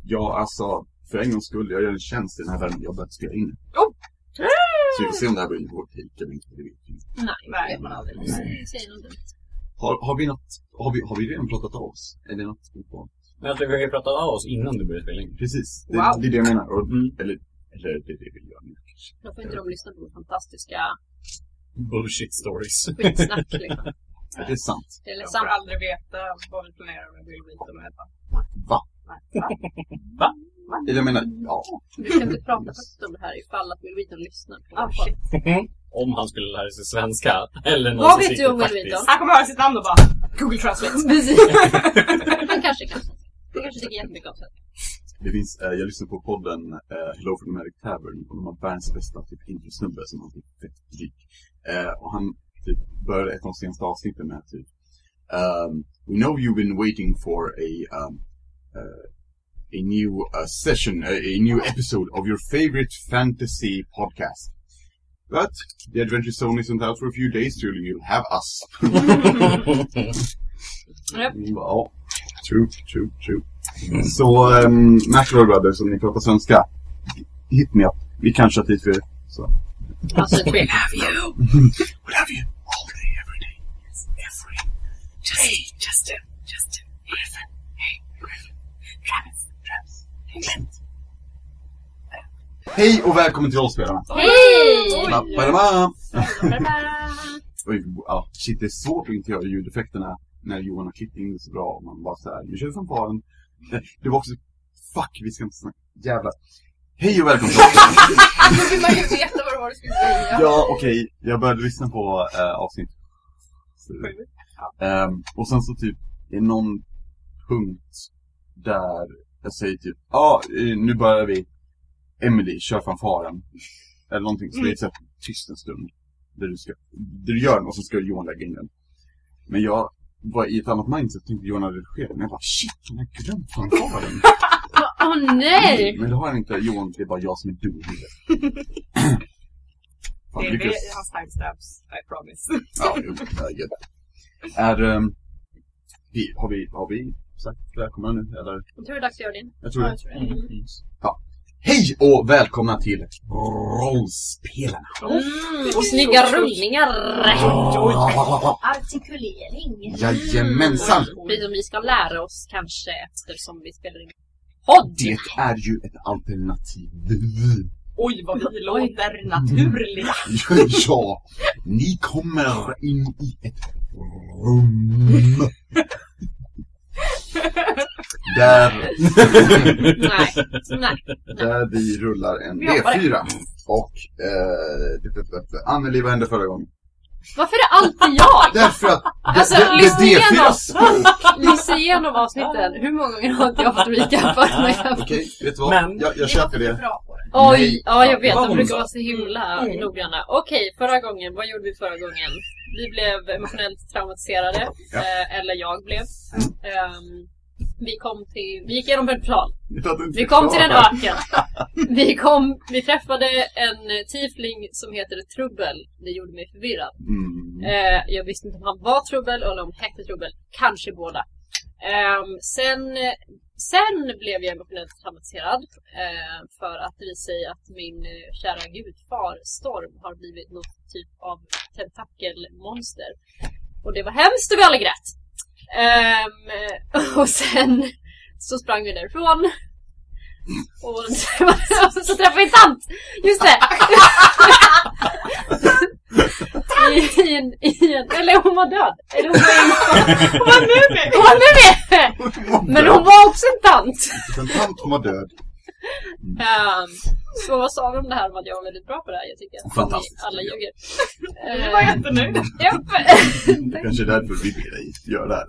Ja, alltså, för en gångs skull, jag gör en tjänst i den här världen. Jag har börjat spela in. Så vi får se om det här blir en hård take eller inte. Det vet vi inte. Nej, vet man aldrig. Säg något dumt. Har vi redan pratat av oss? Är det något på? Men jag tror vi har pratat av oss innan du började spela in. Precis, det Wow. är det jag menar. Och, eller det är det vi gör nu. Då får inte de lyssna på fantastiska Bullshit stories. skitsnack liksom. Det är sant. Det är Jag ledsamt. får aldrig veta vad vi planerar med Billbiten och äta. Va? Va? Jag menar, ja. Vi kan inte prata högt om det här ifall att Will Wheaton lyssnar på Oh shit. Om han skulle lära sig svenska. Eller någon Vad som vet du sitter om Will faktiskt. Wheaton? Han kommer höra sitt namn och bara Google Translate. Precis. Han kanske kan. Det kanske tycker jättemycket om det. Det finns, jag lyssnar på podden Hello from the Magic Tavern. Och de har världens bästa typ introsnubbe som har typ fett dryg. Och han typ började ett av de senaste avsnitten med typ we know you've been waiting for a new session, a new episode of your favorite fantasy podcast. But the Adventure Zone isn't out for a few days till you'll have us. Yep. Ja, true. Så McElroy Brothers, om ni pratar svenska, hit me up. Vi kanske har tid för det. Så. Alltså, We love you. We love you all day, every day. Every Justin. Griffin. Hey, Griffin. Travis. Hey, Clint. Hej och välkommen till Rollspelarna. hej! Ba-ba-da-ba. Oj, ja, shit, det är svårt att inte göra ljudeffekterna när Johan har klippt in det så bra. Man bara så här, nu kör vi från faren. Det var också, fuck, vi ska inte snacka. Jävlar. Hej och välkommen till Rollspelarna. Nu vill man ju veta vad det var du skulle säga. Ja, okej. Jag började lyssna på avsnitt. Och sen så typ är någon punkt där jag säger typ, nu börjar vi. Emily, kör fanfaren. Eller någonting, så det är så här tyst en stund. Där du gör den och så ska Johan lägga in den. Men jag var i ett annat mindset, tänkte Johan hade redigerat. Men jag bara, shit, han har glömt fanfaren. Åh nej! Men det har han inte, Johan, det är bara jag som är dum i det. Det är hans timestamps, I promise. Ja, jag get it. Har vi sagt välkomna nu? Eller? Jag tror det är dags att göra din. Jag tror det. Ja. Hej och välkomna till Rollspelarna. Och snygga rullningar. Artikulering. Jajamensan. Det som vi ska lära oss kanske eftersom vi spelar in podd. Det är ju ett alternativ. Oj, vad vi låter naturliga. Ja, ni kommer in i ett rum. Där vi rullar en D4. Och Anneli, vad hände förra gången? Varför är det alltid jag? Därför att Alltså, det lyssna igenom avsnitten. Hur många gånger har inte jag fått recappa mig? Okej, vet du vad? Men- Jag köper det. Bra på det. Oj, Nej. ja jag vet, Vad de hon brukar sa. vara så himla noggranna. Okej, förra gången, vad gjorde vi förra gången? Vi blev emotionellt traumatiserade, Ja. eller jag blev. Vi gick igenom en plan. Vi kom kom till en öken. Vi träffade en tiefling som heter Trubbel. Det gjorde mig förvirrad. Jag visste inte om han var Trubbel eller om han hette Trubbel. Kanske båda. Sen blev jag emotionellt traumatiserad för att det visar sig att min kära gudfar Storm har blivit något typ av tentakelmonster. Och det var hemskt och vi alla grät. Och sen så sprang vi därifrån. Och så träffade vi en tant. Just det. Eller hon var död. Eller hon var mumie. Men hon var också en tant. En tant som var död. Så vad sa vi om det här om att jag var väldigt bra på det här? Jag tycker att Fantastiskt. alla ljuger. Du var jättenöjd. Kanske är därför vi ber dig göra det här.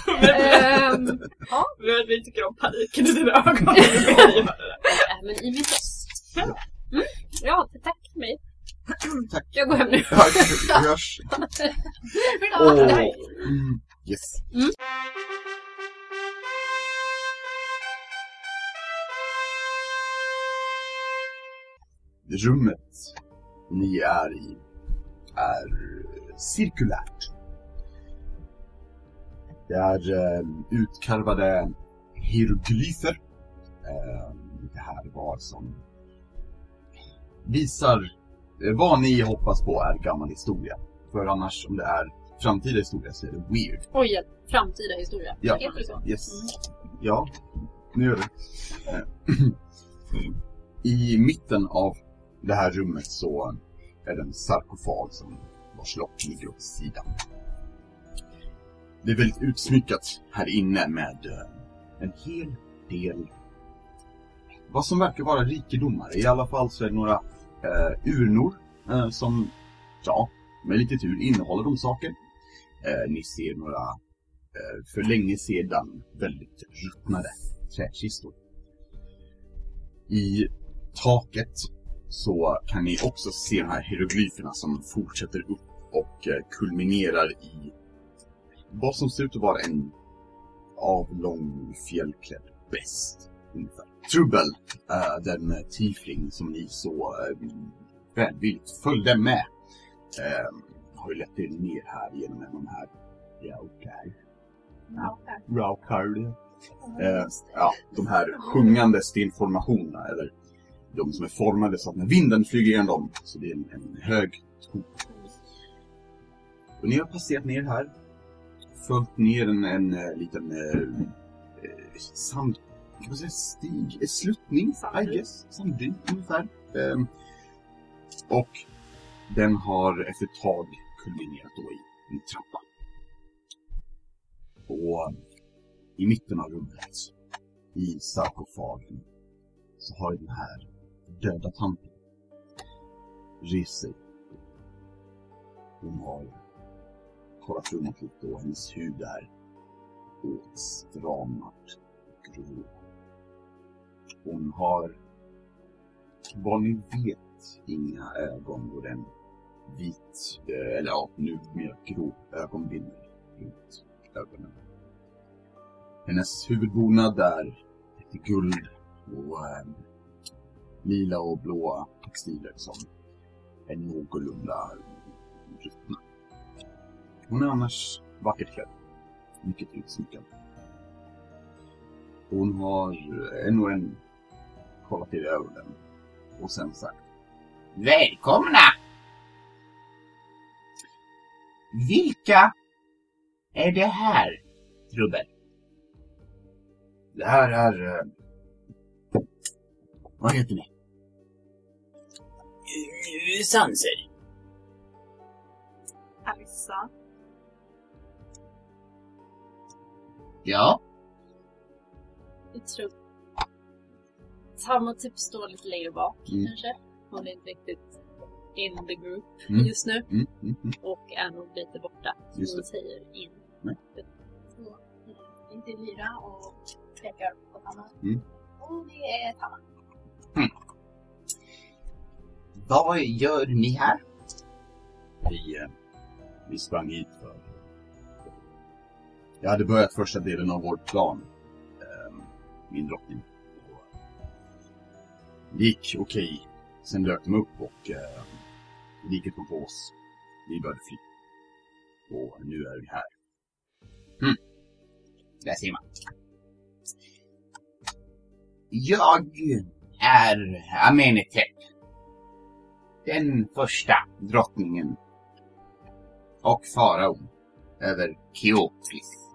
Ja. Vi tycker om paniken i dina ögon. Vi ber dig göra det. Men i min röst. Ja, tack för mig. Tack. Jag går hem nu. Ja, vi hörs. Yes. Rummet ni är i är cirkulärt. Det är utkarvade hieroglyfer här var som visar vad ni hoppas på är gammal historia. För annars om det är framtida historia så är det weird. Oj, framtida historia. Ja. Heter det så? Yes. Ja, nu gör det. I mitten av det här rummet så är det en sarkofag som vars lock ligger åt sidan. Det är väldigt utsmyckat här inne med en hel del vad som verkar vara rikedomar. I alla fall så är det några urnor som, ja, med lite tur innehåller de saker. Ni ser några för länge sedan väldigt ruttnade träkistor. I taket så kan ni också se de här hieroglyferna som fortsätter upp och kulminerar i vad som ser ut att vara en avlång fjällklädd bäst ungefär. Trubbel, den tiefling som ni så välvilligt följde med, har ju lett er ner här genom en av de här Raukar. Ja, de här sjungande stenformationerna, eller de som är formade så att när vinden flyger igenom dem så det är en hög ton. Och ni har passerat ner här, följt ner en liten sand, kan man säga stig, sluttning, I guess, sanddyn ungefär. Och den har efter ett tag kulminerat då i en trappa. Och i mitten av rummet, i sarkofagen, så har den här döda tanten rest sig. Hon har kollat runt lite och hennes hud är åtstramad och grå. Hon har, vad ni vet, inga ögon och en vit, eller ja, nu mer grå ögonbindel runt ögonen. Hennes huvudbonad är lite guld och lila och blåa textiler som är någorlunda ruttna. Hon är annars vackert klädd, mycket utsmyckad. Hon har en kollat i ögonen och sen sagt: välkomna! Vilka är det här, Trubbel? Det här är... vad heter ni? Sanser. Alissa. Ja. Jag tror Samma typ står lite längre bak kanske. Hon är inte riktigt in the group just nu. Och är nog lite borta. Som hon säger in. Så inte Lyra och pekar på Tanna. Och det är Tanna. Vad gör ni här? Vi sprang hit för... Jag hade börjat första delen av vår plan. Min drottning. Det gick okej. Sen dök de upp och liket på oss. Vi började fly. Och nu är vi här. Där ser man. Jag är Amenhotep. Den första drottningen och faraon över Keoplis.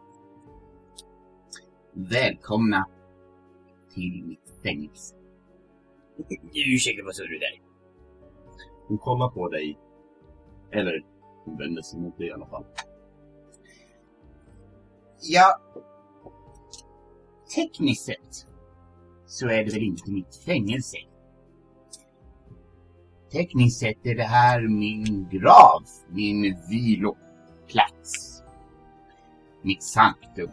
Välkomna till mitt fängelse. Ursäkta, vad sa du där? Hon kollar på dig. Eller hon vänder sig mot dig i alla fall. Ja, tekniskt sett så är det väl inte mitt fängelse. Tekniskt sett är det här min grav, min viloplats, mitt sanktum.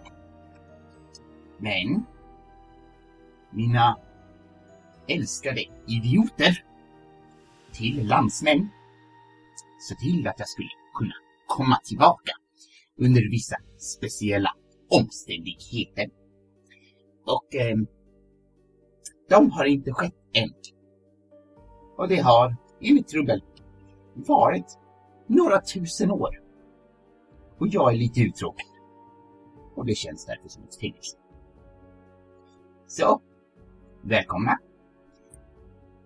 Men mina älskade idioter till landsmän så till att jag skulle kunna komma tillbaka under vissa speciella omständigheter. Och de har inte skett än. Och det har, enligt Trubbel, varit några tusen år. Och jag är lite uttråkad. Och det känns därför som ett fängelse. Så, välkomna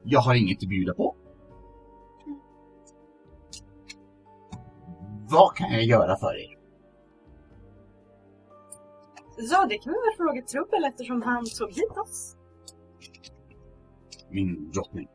Jag har inget att bjuda på. Vad kan jag göra för er? Ja, det kan vi väl fråga Trubbel eftersom han tog hit oss. Min drottning.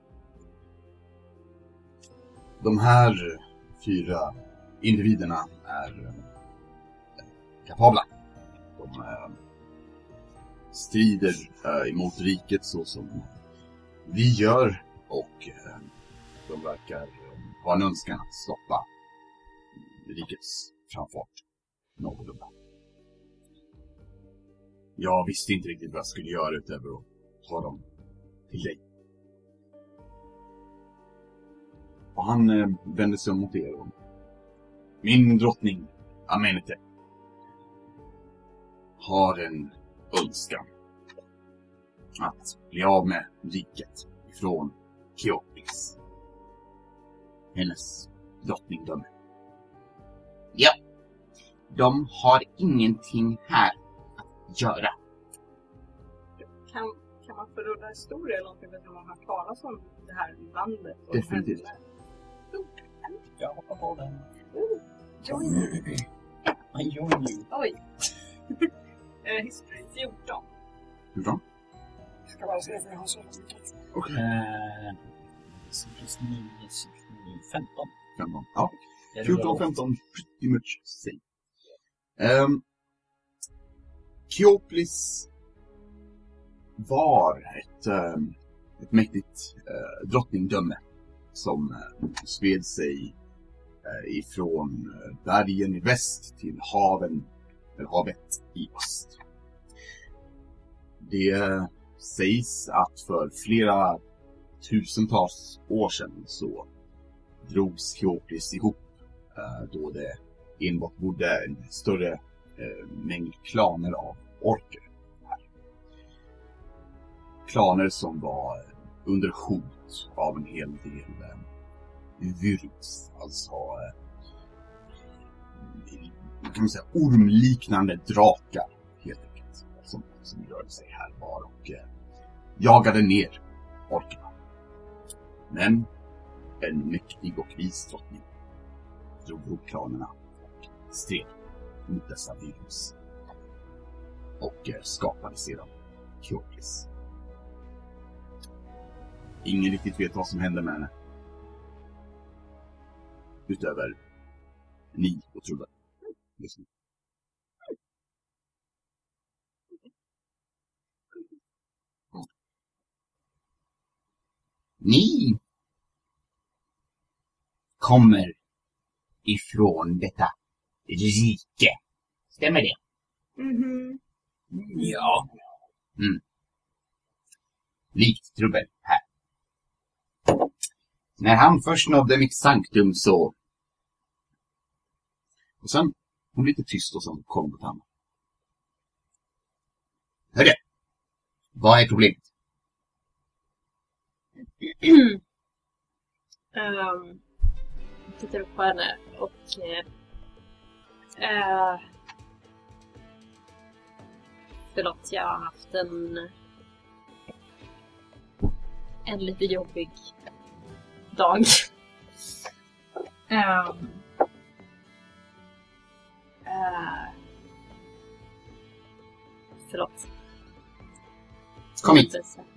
De här 4 individerna är kapabla. De strider emot riket så som vi gör och de verkar ha en önskan att stoppa rikets framfart någorlunda. Jag visste inte riktigt vad jag skulle göra utöver att ta dem till dig. Och han vände sig mot er och min drottning Amenete har en önskan att bli av med riket ifrån Keoplis. Hennes drottningdöme. Ja, de har ingenting här att göra. Kan man få rulla historia eller någonting för att man har talat om det här landet? Och Definitivt. Jag hoppar på den. Join. I join you. Oj. History 14. Hur bra? Ska bara se för jag har så mycket. Okej. Plus 9, 15. 15. Ja. Jag 14 rullar och 15, pretty much same. Keoplis var ett mäktigt drottningdöme som spred sig ifrån bergen i väst till havet i öst. Det sägs att för flera tusentals år sedan så drogs Keoplis ihop då det enbart bodde en större mängd klaner av orker här. Klaner som var under hot av en hel del virus, alltså kan man säga ormliknande drakar helt enkelt som rörde sig här var och jagade ner orkerna. Men en mäktig och vis drottning drog ihop klanerna och stred mot dessa virus och skapade sedan Keoplis. Ingen riktigt vet vad som hände med henne utöver ni och Trubbel just nu. Ni kommer ifrån detta rike. Stämmer det? Mhm. Ja. Likt Trubbel här. När han först nådde mitt sanktum så... Och sen hon lite tyst och sen kom på henne. Hörru, vad är problemet? Jag tittar upp på henne och förlåt, jag har haft en lite jobbig dag. Förlåt. Kom hit.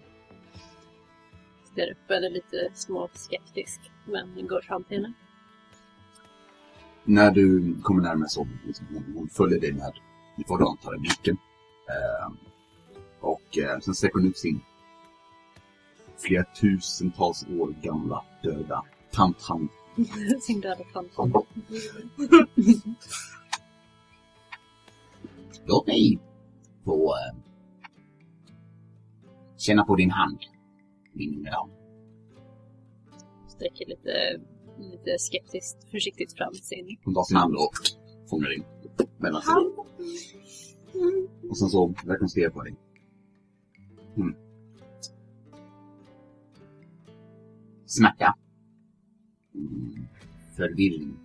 Där uppe är det lite småskeptisk, men går fram till henne. När du kommer närmare så hon följer dig med, du får anta den blicken. Och sen sträcker hon ut sin flera tusentals år gamla döda tanthand. Sin döda tanthand. Låt mig få känna på din hand, min dam. Sträcker lite skeptiskt försiktigt fram sin. Hon tar sin hand och fångar in mellan sig. Och sen så verkar hon stirra på dig. Smärta. Förvirring.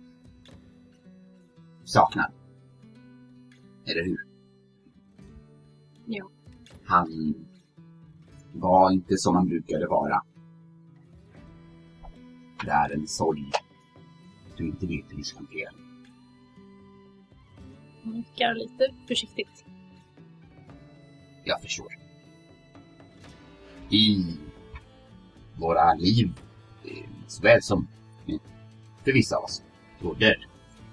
Saknad. Eller hur? Ja. Han var inte som han brukade vara. Det är en sorg du inte vet hur du ska hantera. Han nickar lite försiktigt. Jag förstår. I våra liv, såväl som för vissa av oss, vår död,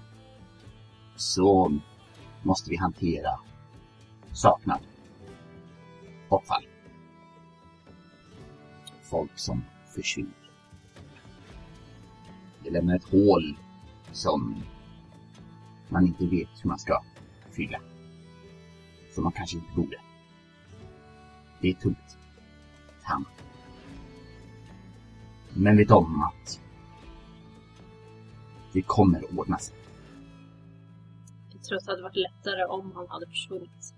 så måste vi hantera saknad, bortfall, folk som försvinner. Det lämnar ett hål som man inte vet hur man ska fylla, som man kanske inte borde. Det är tungt. Men vet om att det kommer att ordna sig. Jag tror att det hade varit lättare om han hade försvunnit.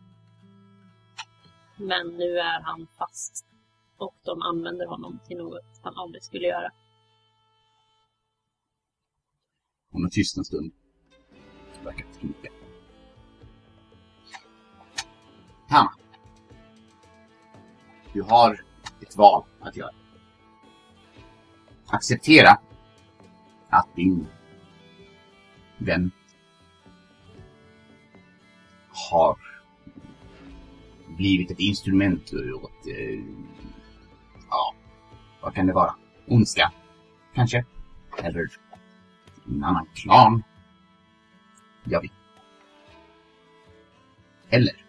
Men nu är han fast. Och de använder honom till något han aldrig skulle göra. Hon har tyst en stund. Verkar tänka. Tama. Du har ett val att göra. Acceptera att din vän har blivit ett instrument åt, vad kan det vara? Ondska, kanske? Eller en annan klan? Jag vet. Eller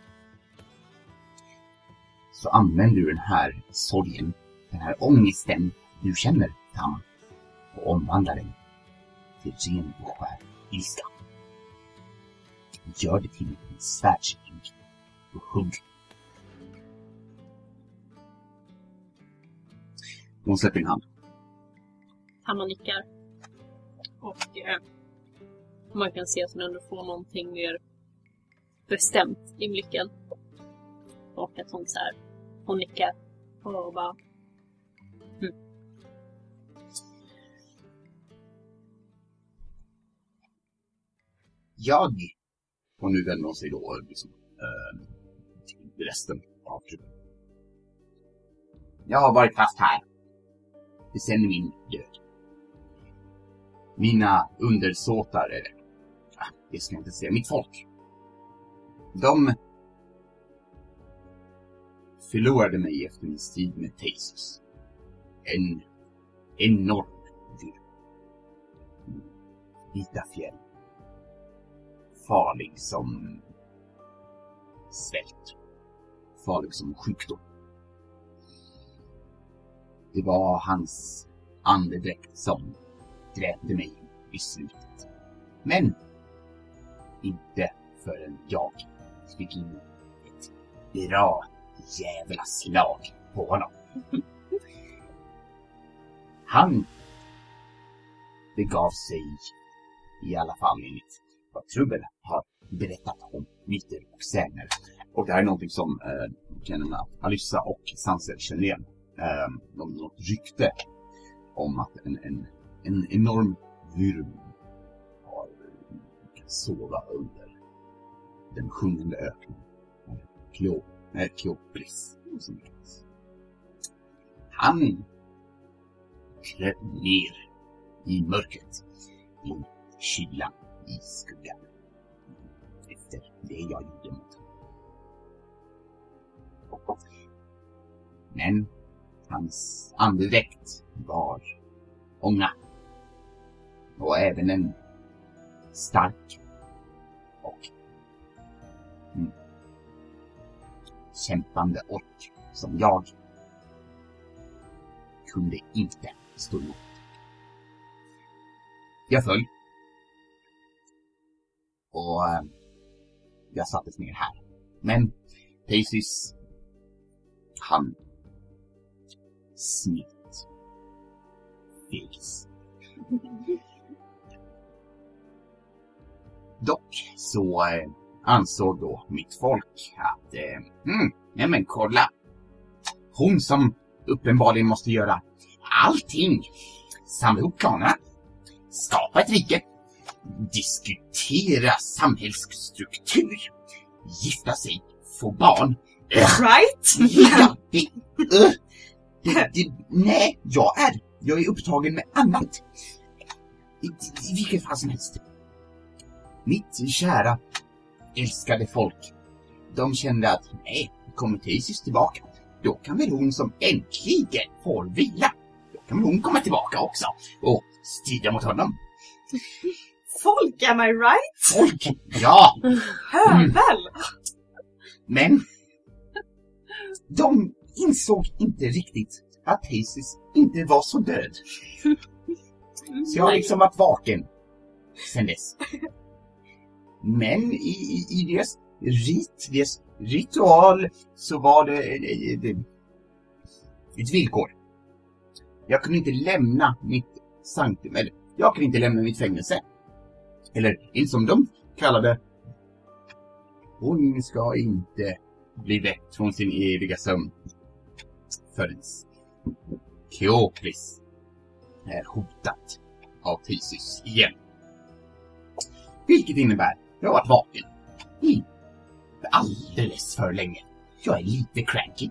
så använder du den här sorgen, den här ångesten du känner, Tam, och omvandlar den till ren och skär ilska. Gör det till en svärdsring och hugg. Hon släpper in hand. Han nickar. Och man kan se att hon ändå får någonting mer bestämt i blicken. Och att hon så här, hon nickar och bara Jag, och nu vänder hon sig då liksom, till resten av gruppen. Jag har varit fast här. Det sen min död. Mina undersåtar, det ska jag inte säga, mitt folk. De förlorade mig efter min strid med Thesis. En enorm djur. Vita fjäll. Farlig som svält. Farlig som sjukdom. Det var hans andedräkt som dräpte mig i slutet. Men inte förrän jag fick in ett bra jävla slag på honom. Han begav sig, i alla fall enligt vad Trubbel har berättat om myter och sägner. Och det här är någonting som Alyssa och Sansel känner igen. Något rykte om att en enorm vurm har sova under den sjungande öknen. Kleopris. Han kröp ner i mörkret, i kylan, i skuggan. Efter det jag gjorde mot honom. Men hans andedräkt var ånga. Och även en stark och kämpande ork som jag kunde inte stå emot. Jag föll. Och jag sattes ner här. Men Thesis, han smitt. Fegis. Dock så ansåg då mitt folk att nej men kolla. Hon som uppenbarligen måste göra allting. Samla ihop planerna. Skapa ett rike. Diskutera samhällsstruktur. Gifta sig. Få barn. Right? Ja, nej, jag är jag är upptagen med annat. I vilket fall som helst. Mitt kära, älskade folk. De kände att, nej, kommer Thesis tillbaka. Då kan väl hon som äntligen får vila. Då kan väl hon komma tillbaka också. Och stiga mot honom. Folk, am I right? Folk, ja. Hövel! Men de insåg inte riktigt att Thesis inte var så död. Så jag har liksom varit vaken sen dess. Men i deras ritual så var det ett villkor. Jag kunde inte lämna mitt sanktum, eller jag kunde inte lämna mitt fängelse. Eller inte som de kallade, hon ska inte bli väckt från sin eviga sömn förrän Keoplis är hotat av Thesis igen. Vilket innebär jag har varit vaken alldeles för länge. Jag är lite cranky.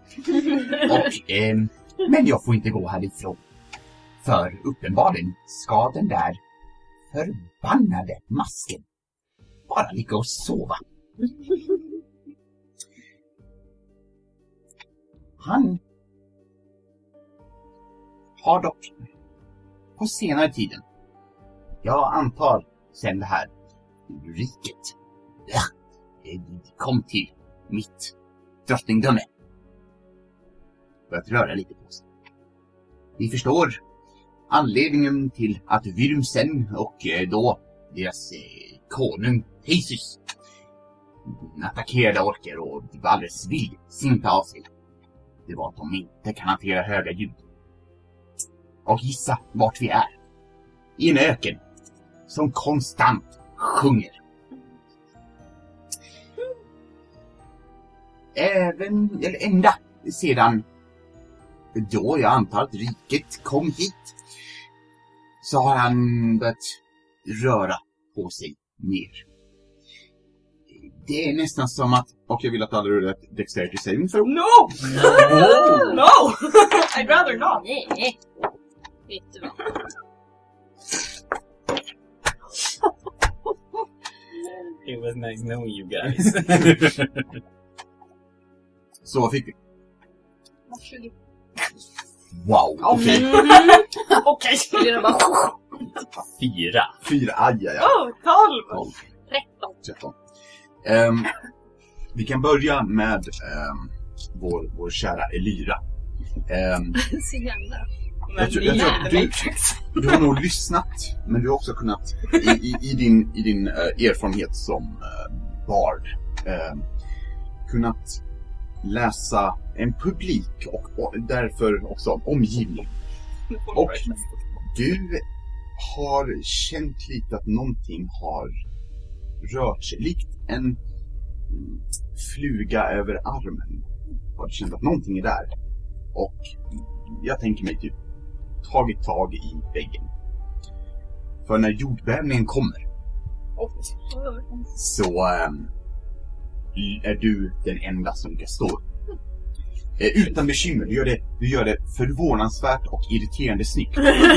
Men jag får inte gå härifrån. För uppenbarligen ska den där förbannade masken bara ligga och sova. Han har dock på senare tiden, jag antar sen det här riket kom till mitt drottningdöme, börjat röra lite på sig. Vi förstår anledningen till att Vyrmsen och då deras konung Thesis attackerade orker och var alldeles vildsinta av sig. Det var att de inte kan hantera höga ljud. Och gissa vart vi är. I en öken som konstant sjunger. Ända sedan då jag antar att riket kom hit så har han börjat röra på sig mer. Det är nästan som att, och jag vill att alla rullar ett dexterity saving throw. No! No! I'd rather not. Nej. Vet du vad? It was nice knowing you guys. Så vad fick vi? 20. Wow, okej. Okej. Det är bara 4. 4, aj. Oh, 12! 13. Vi kan börja med vår kära Elyra. Så jävla. Men jag tror The Matrix. du har nog lyssnat, men du har också kunnat i din erfarenhet som bard kunnat läsa en publik och därför också omgivning. Och du har känt lite att någonting har rört sig, likt en fluga över armen. Har du känt att någonting är där? Och jag tänker mig typ tagit tag i väggen. För när jordbävningen kommer så är du den enda som kan stå. Utan bekymmer, du gör det förvånansvärt och irriterande snyggt.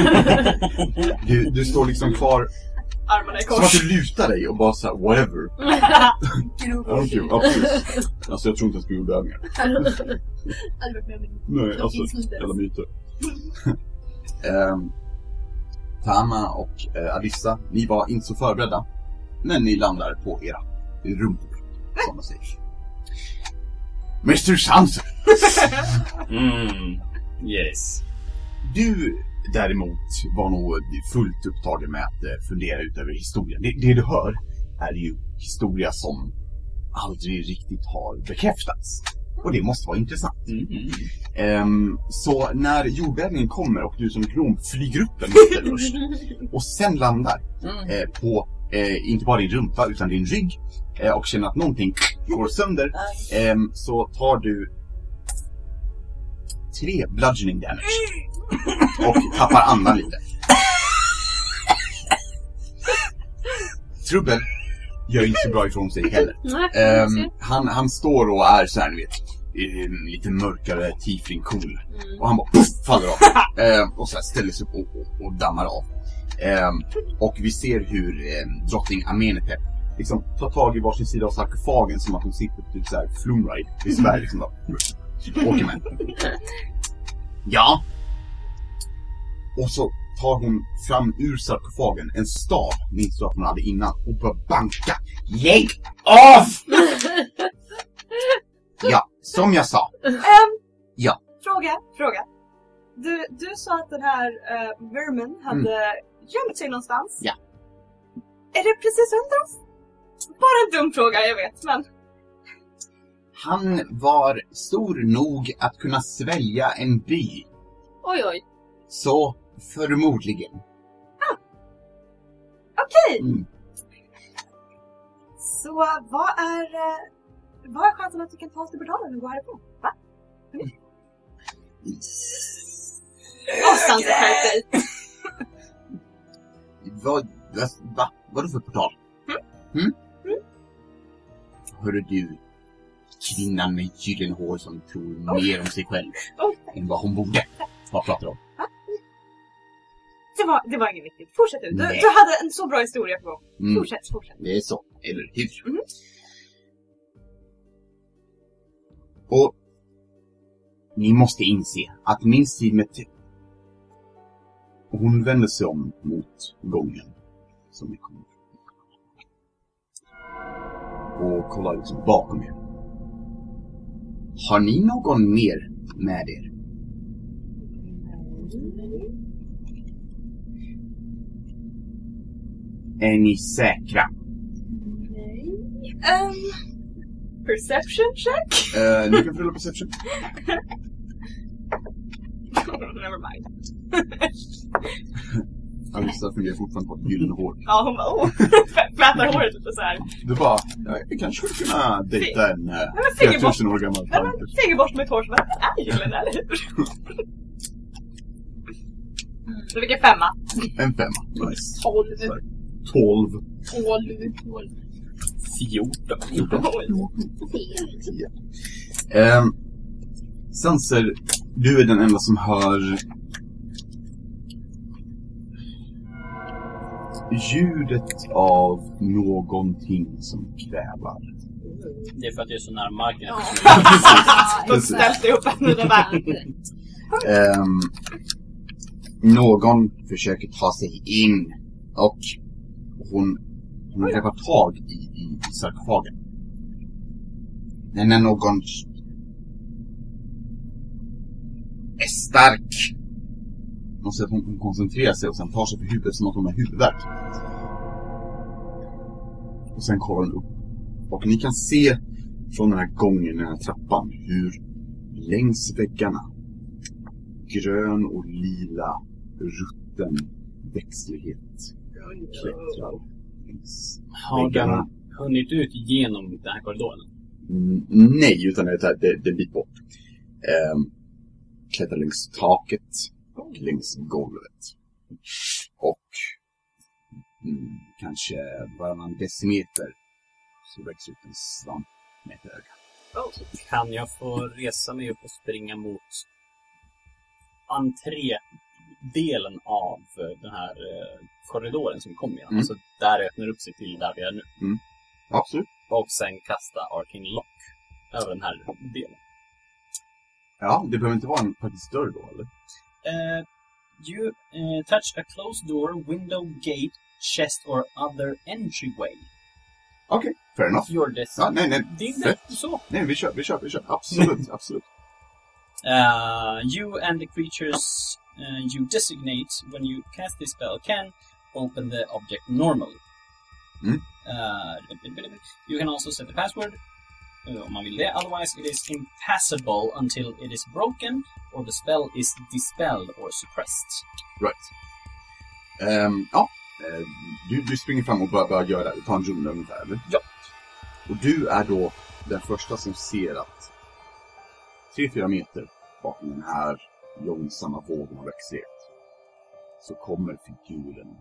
Du står liksom kvar Armarna i som att kors. du lutar dig och bara såhär, whatever. Ja, precis. Alltså jag tror inte ens på jordbävningar. Aldrig varit med om Nej, alltså, jävla myter. Tama och Alissa, ni var inte så förberedda. Men ni landar på era rumpor, som man säger. Mr. Sanser! Yes. Du däremot var nog fullt upptagen med att fundera ut över historien. Det du hör är ju historia som aldrig riktigt har bekräftats. Och det måste vara intressant. Så när jordbävningen kommer och du som gnom flyger upp en först och sen landar på inte bara din rumpa utan din rygg och känner att någonting går sönder, så tar du 3 bludgeoning damage och tappar andan lite. Trubbel gör inte så bra ifrån sig heller. Han står och är så här, ni vet, lite mörkare tiefling-cool. Och han bara puff, faller av. Och så här ställer sig upp och dammar av. Och vi ser hur drottning Amenhotep liksom tar tag i varsin sida av sarkofagen som att hon sitter på typ så här flumride i Sverige liksom bara åker med. Ja. Och så tar hon fram ur sarkofagen en stav, minst att hon hade innan, och börjar banka. Lägg av! Ja, som jag sa. Ja. Fråga. Du sa att den här Vermin hade gömt sig någonstans. Ja. Är det precis under oss? Bara en dum fråga, jag vet, men... Han var stor nog att kunna svälja en by. Oj. Så förmodligen. Okej. Så vad är chansen att du kan ta oss till portalen och gå härifrån? Va? Sansa, skärp dig. Vadå för portal? Hörru du, kvinnan med gyllenhår som tror mer om sig själv än vad hon borde. Vad pratar du om? Det var inget viktigt. Fortsätt du. Du hade en så bra historia på gång. Fortsätt. Det är så, eller hur? Och ni måste inse att min tid med... Och hon vänder sig om mot gången som ni kommer. Och kollar liksom bakom er. Har ni någon mer med er? Är ni säkra? Perception check? Ni kan fylla perception. Never mind. Alissa fungerar fortfarande på ett gyllene hår. Ja, hon bara, flätar håret lite så här. Du bara, jag kanske skulle kunna dejta en 4000 år gammal tanke. Fingerborst med ett hår som är gyllene, eller hur? Så vilken 5? En 5, nice. 12. 12. 14. Sanser, du är den enda som hör ljudet av någonting som krävar. Det är för att jag är så nära marken. Då ställs det upp en liten där. Någon försöker ta sig in och hon greppar tag i sarkofagen. Men när någon är stark måste att hon koncentrerar sig och sen tar sig för huvudet som att hon har huvudvärk. Och sen kollar hon upp. Och ni kan se från den här gången, den här trappan, hur längs väggarna grön och lila rutten växtlighet klättrar längs väggarna. Har den hunnit ut genom den här korridoren? Nej, utan det är en bit bort. Klättrar längs taket och längs golvet. Och kanske varannan decimeter så växer ut en svamp med ett öga. Kan jag få resa mig upp och springa mot entré-delen av den här korridoren som kommer igen? Alltså där öppnar upp sig till där vi är nu. Absolut. Och sen kasta Arcane Lock över den här delen. Ja, det behöver inte vara en faktisk dörr då, eller? You touch a closed door, window, gate, chest or other entryway. Okej, fair enough. Your destiny. Ja, nej. Det är inte så. Nej, vi kör. Absolut, absolut. You and the creatures you designate when you cast this spell can open the object normally. You can also set the password om man vill det. Otherwise it is impassable until it is broken or the spell is dispelled or suppressed. Right. Du springer fram och börjar göra det. Du tar en runda ungefär, eller? Ja. Och du är då den första som ser att 3-4 meter bakom den här långsamma vågen av växtlighet så kommer figuren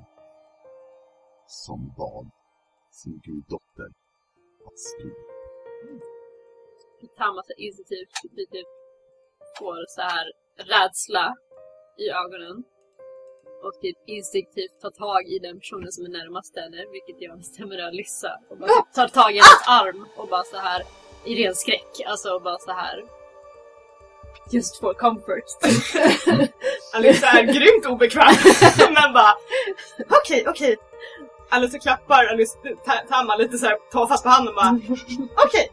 som bad sin guddotter att springa. Tama så instinktivt typ får så här rädsla i ögonen. Och typ instinktivt tar tag i den personen som är närmast henne, vilket jag bestämmer Alyssa. Och bara typ tar tag i hennes arm och bara så här i ren skräck. Alltså bara så här. Just for comfort. Alyssa är grymt obekväm. Men bara, okej. Alyssa klappar Tama lite så här, tar fast på handen och bara, okej.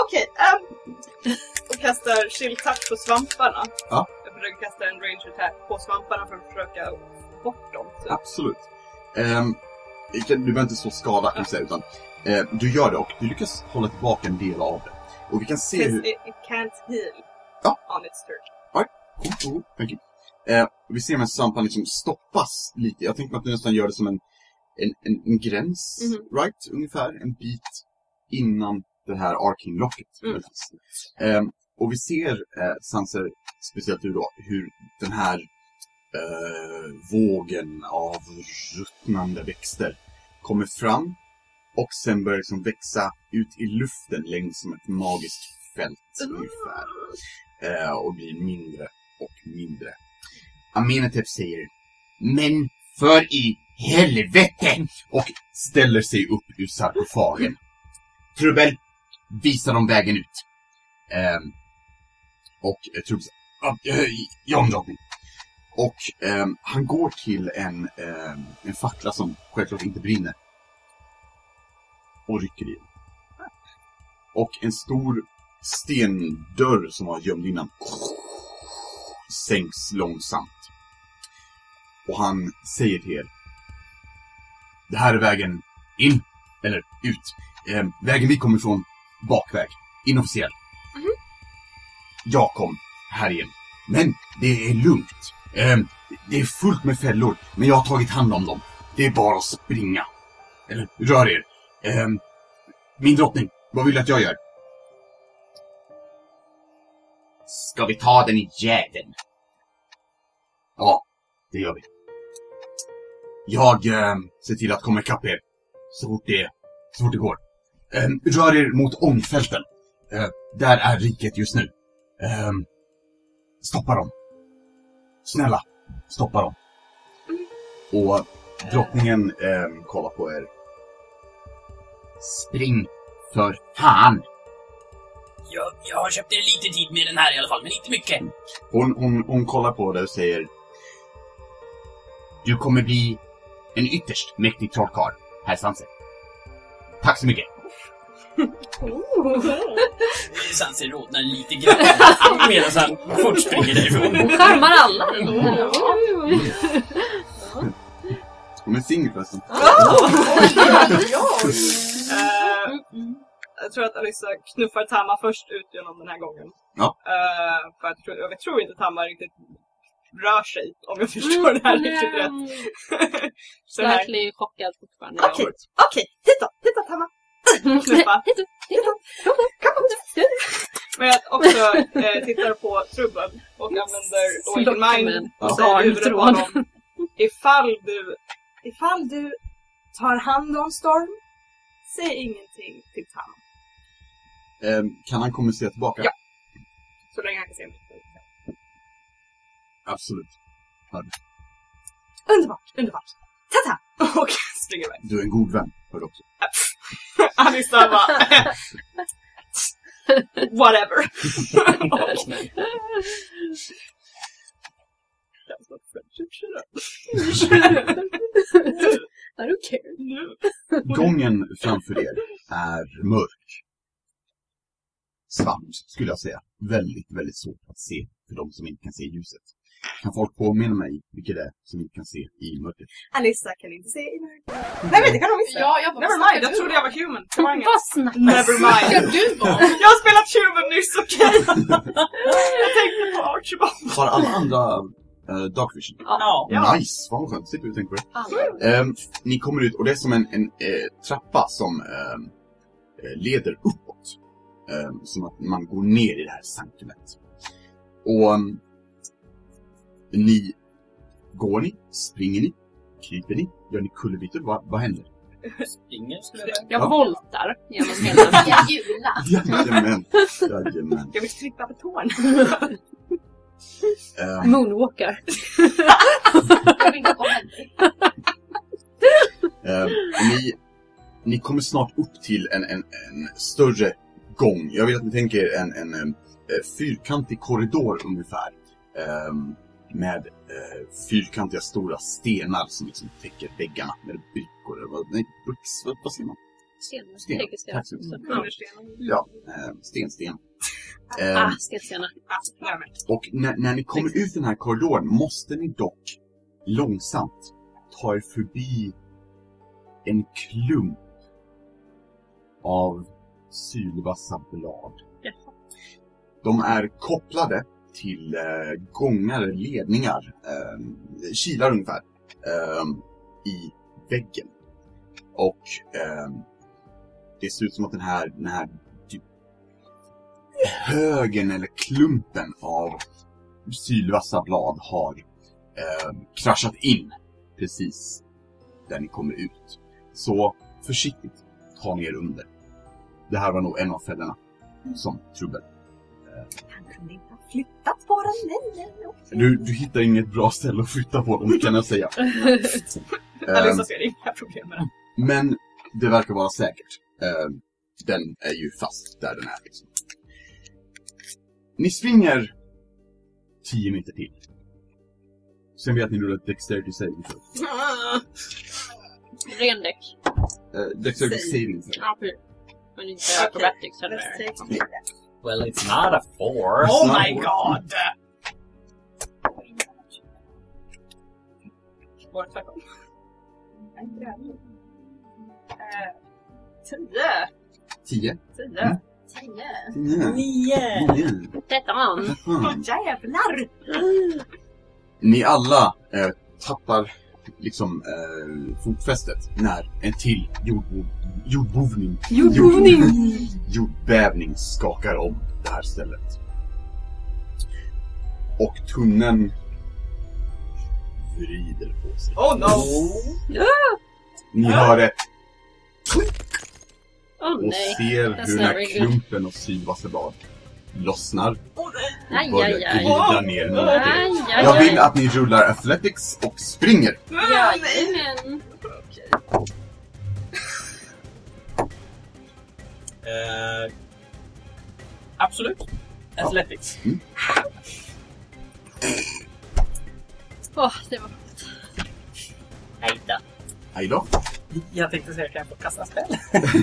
Och kastar shield touch på svamparna. Ja. Jag försöker kasta en range attack på svamparna för att försöka bort dem. Så. Absolut. Du behöver inte så skada kan säga, utan du gör det och du lyckas hålla tillbaka en del av det. Och vi kan se hur... It can't heal on its turn. Cool. Thank you. Vi ser med svampan liksom stoppas lite. Jag tänkte att du nästan gör det som en gräns, right? Ungefär en bit innan det här arcane-locket. Och vi ser, Sanser, speciellt du då, hur den här vågen av ruttnande växter kommer fram och sen börjar liksom växa ut i luften längs som ett magiskt fält ungefär. Och blir mindre och mindre. Amenhotep säger, men för i helvete! Och ställer sig upp ur sarkofagen. Trubbel, visa dem vägen ut. Och Trubbel säger, ja, drottning. Och han går till en fackla som självklart inte brinner. Och rycker i den. Och en stor stendörr som var gömd innan sänks långsamt. Och han säger till er, det här är vägen in, eller ut. Vägen vi kommer ifrån, bakväg, inofficiell. Jag kom här igen. Men det är lugnt. Det är fullt med fällor, men jag har tagit hand om dem. Det är bara att springa. Eller rör er. Min drottning, vad vill du att jag gör? Ska vi ta den i jäveln? Ja, det gör vi. Jag ser till att komma ikapp er så fort det går. Rör er mot ångfälten. Där är riket just nu. Stoppa dem. Snälla, stoppa dem. Och drottningen kollar på er. Spring för fan! Jag har köpt er lite tid med den här i alla fall, men inte mycket. Hon kollar på det och säger, du kommer bli en ytterst mäktig trollkarl, herr Sanser. Tack så mycket. Sanser rodnar lite grann medan han fort springer därifrån. Hon skärmar alla. hon är singel förresten. Jag tror att Alyssa knuffar Tama först ut genom den här gången. Ja. För att jag tror inte Tama riktigt rör sig, om jag förstår det här riktigt rätt. Verkligen chockad fortfarande. Okej, titta Tama. Knuffa. Men jag också tittar på Trubbel och använder Awaken Mind och säger huvudet på honom. Ifall du tar hand om Storm, säg ingenting till Tama. Kan han kommunicera tillbaka? Ja. Så länge han kan se mig. Absolut. Underbart. Tata! Och springer iväg. Du är en god vän, hör du också. Alyssa bara... Whatever. I don't care. Gången framför er är mörk. Svart, skulle jag säga. Väldigt, väldigt svårt att se för de som inte kan se ljuset. Kan folk påminna mig vilket det är som inte kan se i mörkret? Alyssa kan inte se i mörkret. Nej men det kan de visst. Ja, jag Never mind, jag trodde jag var human. Vad snackar Never mind. du var? Jag har spelat human nyss, okej? Jag tänkte på Archibald. Har alla andra Dark Vision? Ja. Nice, vad skönt. Slipper du tänka på det. Ni kommer ut och det är som en trappa som leder uppåt. Som att man går ner i det här sanktumet. Och ni, går ni? Springer ni? Kryper ni? Gör ni kullerbyttor? Vad händer? Springer skulle jag säga. Jag voltar genom hela... Jag hjular. Jajamän. Jag vill strippa på tårn. Moonwalkar. Jag vill gå på Ni kommer snart upp till en större gång. Jag vill att ni tänker er en fyrkantig korridor ungefär. Med fyrkantiga stora stenar som liksom täcker väggarna med brickor. Nej, vad säger man? Sten. Tack så mycket. Ja, sten. Stenstenar. Och när ni kommer ut den här korridoren måste ni dock långsamt ta er förbi en klump av sylvassa blad. De är kopplade till gångar, ledningar, kilar ungefär, i väggen. Och det ser ut som att den här typ, högen eller klumpen av sylvassa blad har kraschat in precis där ni kommer ut. Så försiktigt ta ner under. Det här var nog en av fällorna som trubbel. Han kunde inte ha flyttat på den. Du hittar inget bra ställe att flytta på dem, kan jag säga. Alissa ser inga problem med den. Men det verkar vara säkert. Den är ju fast där den är. Liksom. Ni springer 10 meter till. Sen vill jag att ni rullar ett dexterity saving throw. Ren däck. Dexterity saving throw. Ja, men inte acrobatics eller... Well, it's not a 4. Oh my god! Var det tvärtom? 10. 10. 10. 9. 13. Jävlar! Ni alla tappar liksom fotfästet när en till jordbävning skakar om det här stället. Och tunneln vrider på sig. Oh no! Ni hör ett Oh och nej. ser hur That's den här not very good. klumpen av sylvasseblad lossnar och Aj, börjar aj, aj. glida ner mot er. Aj, aj, Jag vill aj. att ni rullar athletics och springer. Jajamän. Absolut. Athletics. Det var Hejda. Hej då. Jag tänkte säga, kan jag få kasta spel?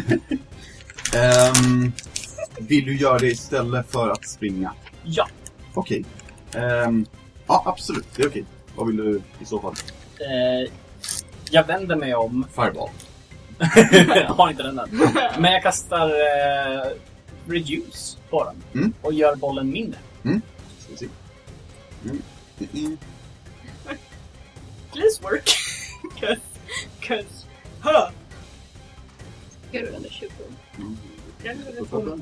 Vill du göra det istället för att springa? Ja. Okej. Ja, absolut. Det är okej. Vad vill du i så fall? Jag vänder mig om. Fireball. Har inte den än. Men jag kastar reduce på den. Och gör bollen mindre. Ska vi se. Please work. Cause huh. jag rullade 20. Jag rullade 200.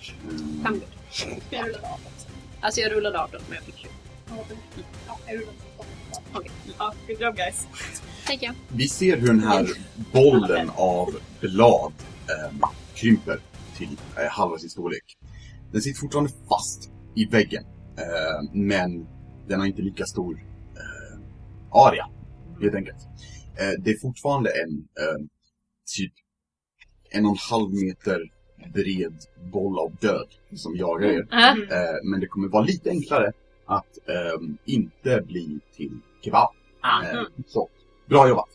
Jag rullade 18. Alltså jag rullade 18 men jag fick 20. Ja, jag rullade 8. Okej. Ja, good job guys. Tänker jag. Vi ser hur den här bollen av blad krymper till halva sin storlek. Den sitter fortfarande fast i väggen. Men den har inte lika stor area, helt enkelt. Det är fortfarande en typ 1,5 meter bred boll av död som jagar er. Men det kommer vara lite enklare att inte bli till kebab. Så, bra jobbat.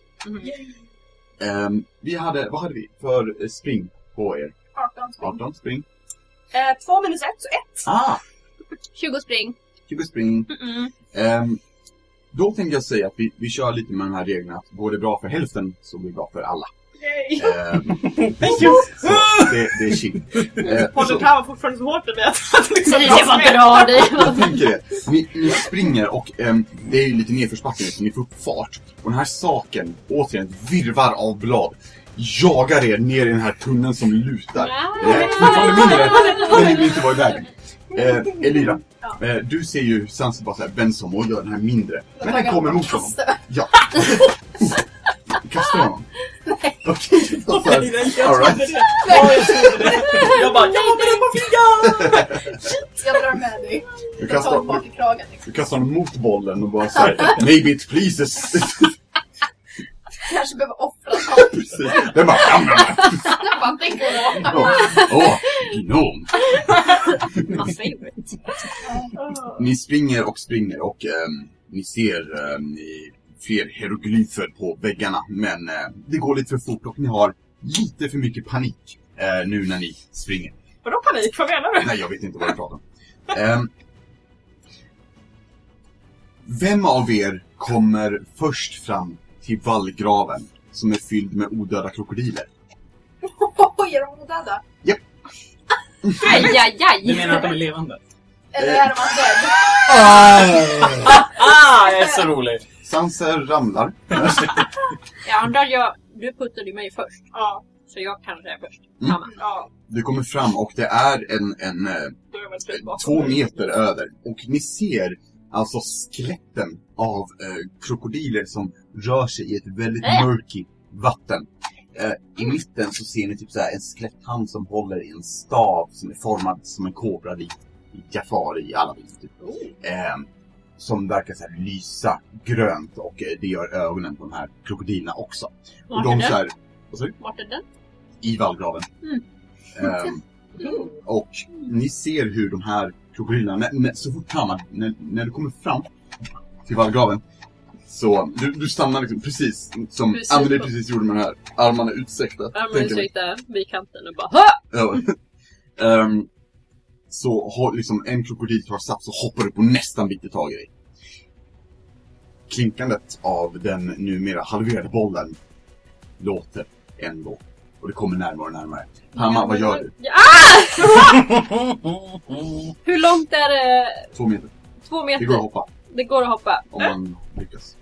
Vad hade vi för spring på er? 18 spring. 2 minus 1 så 1. 20 spring. 20 spring. Då tänkte jag säga att vi kör lite med de här reglerna. Att går det bra för hälften så blir det bra för alla. Yay! Så det är chill. Podden kan vara fortfarande så hårt med att liksom Det var bra det. Jag tänker det. Ni springer och det är ju lite nedförsbacken så ni får upp fart. Och den här saken, återigen, virvar av blad jagar er ner i den här tunneln som lutar. Fortfarande mindre, men ni vill inte vara i vägen. Elira, du ser ju Sansi bara så här vänd om och gör den här mindre. Men den kommer mot honom. Ja. Kastar honom? Okej. All right. Jag bara, jag hoppar upp och flyga! Jag drar med dig. Du Jag tar bak i kragen. Du kastar den mot bollen och bara säger maybe it pleases. Kanske behöver offra något. Precis. Den bara... Jag bara, det går. Gnom. My favorite. Ni springer och ni ser fler hieroglyfer på väggarna. Men det går lite för fort och ni har lite för mycket panik nu när ni springer. Vadå panik? Vad menar du? Nej, jag vet inte vad du pratar om. Vem av er kommer först fram till vallgraven som är fylld med odöda krokodiler? Oj, är de odöda? Japp. Aj. Du menar att de är levande? Eller är de döda? Jag är så rolig. Sanser ramlar. Jag undrar, du puttade mig först. Ja. Så jag kanske är först. Mm. Ja. Du kommer fram och det är en Då är jag väl slut bakom. 2 meter över. Och ni ser alltså skeletten av krokodiler som rör sig i ett väldigt mörkigt vatten. I mitten så ser ni typ så här en skeletthand som håller i en stav som är formad som en kobra i Jafar i Aladdin typ. Som verkar så här lysa grönt och det gör ögonen på de här krokodilerna också. Och de så här, Vart är den? i vallgraven. Och ni ser hur de här krokodilerna, så fort när du kommer fram till vallgraven, så du stannar liksom precis som Anneli precis gjorde med de här armarna utsträckta. Armarna utsträckta vid kanten och bara så liksom en krokodil tar sats och hoppar upp och nästan biter tag i dig. Klinkandet av den numera halverade bollen låter ändå. Och det kommer närmare och närmare. Pamma, vad gör du? Hur långt är det? 2 meter. 2 meter? Det går att hoppa. Det går att hoppa. Om man lyckas.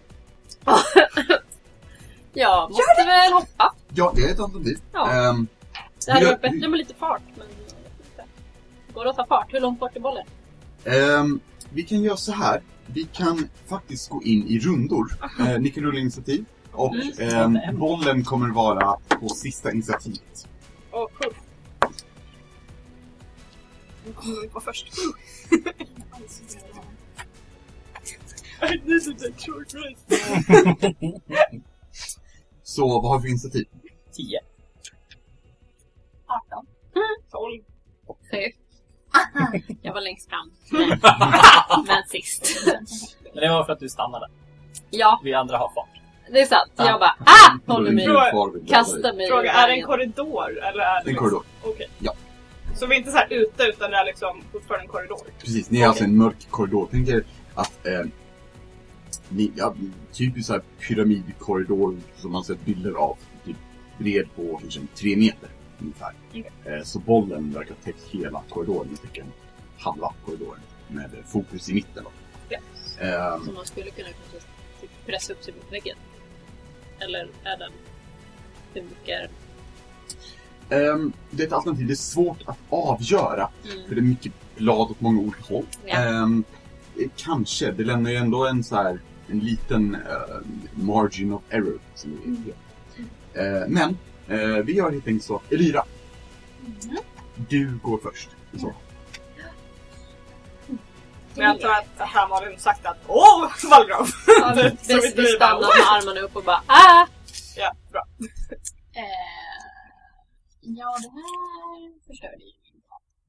Ja, måste väl hoppa. Ja, det är ett alternativ. Ja. Det hade varit bättre med lite fart. Men går det att ta fart? Hur långt bort är bollen? Vi kan göra så här. Vi kan faktiskt gå in i rundor. Ni kan rulla initiativ. Och bollen kommer vara på sista initiativet. Cool. Nu kommer vi på först. Så vad har vi för initiativ? 10. 18. 12. 7. Jag var längst fram. Men sist. Men det var för att du stannade. Ja. Vi andra har fart. Det är sant. Jag bara, håller mig. Kastar mig. Fråga, är det en korridor? Eller är det en korridor. Okej. Ja. Så vi är inte så här ute utan det är liksom fortfarande en korridor? Precis, ni är alltså en mörk korridor. Tänk er att typiskt så här pyramidkorridor som man sett bilder av. Typ bred på kanske 3 meter ungefär. Så bollen verkar täcka hela korridoren. Den täcker halva korridoren med fokus i mitten. Så man skulle kunna pressa upp sig mot väggen. Eller är den hur mycket? Det är ett alternativ. Det är svårt att avgöra. För det är mycket blad åt många olika håll. Kanske. Det lämnar ju ändå en så här en liten margin of error som vi vet. Men vi gör helt enkelt så. Elira. Du går först. Så. Men jag tror att han har sagt att vallgrav! Vi stannar med armarna upp och bara Ja, bra. Ja, det här förstörde ju min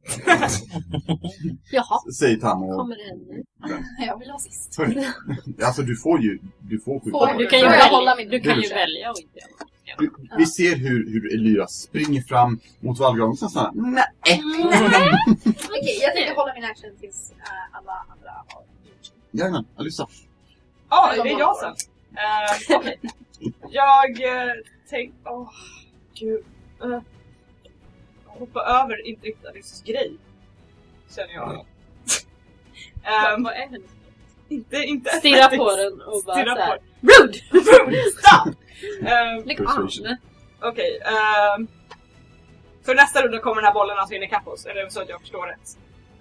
Jaha. Säg Tammo. Kommer det nu? Jag vill ha sist. Alltså du får Du kan ju välja och inte göra. Vi ser hur Elira springer fram mot vallgraven. Sen såhär, nej. Okej, jag tänker hålla min action tills alla andra har gjort. Jajamän, Alyssa. Ja, det är jag sen. Okej. Jag tänkte... gud. Hoppa över inte riktigt Alyssas grej. Känner jag. Vad är det? Inte stirra på den och bara såhär. Rude! Stop! Lägg av. Okej. För nästa runda kommer den här bollen alltså in i kappos. Eller så att jag förstår rätt.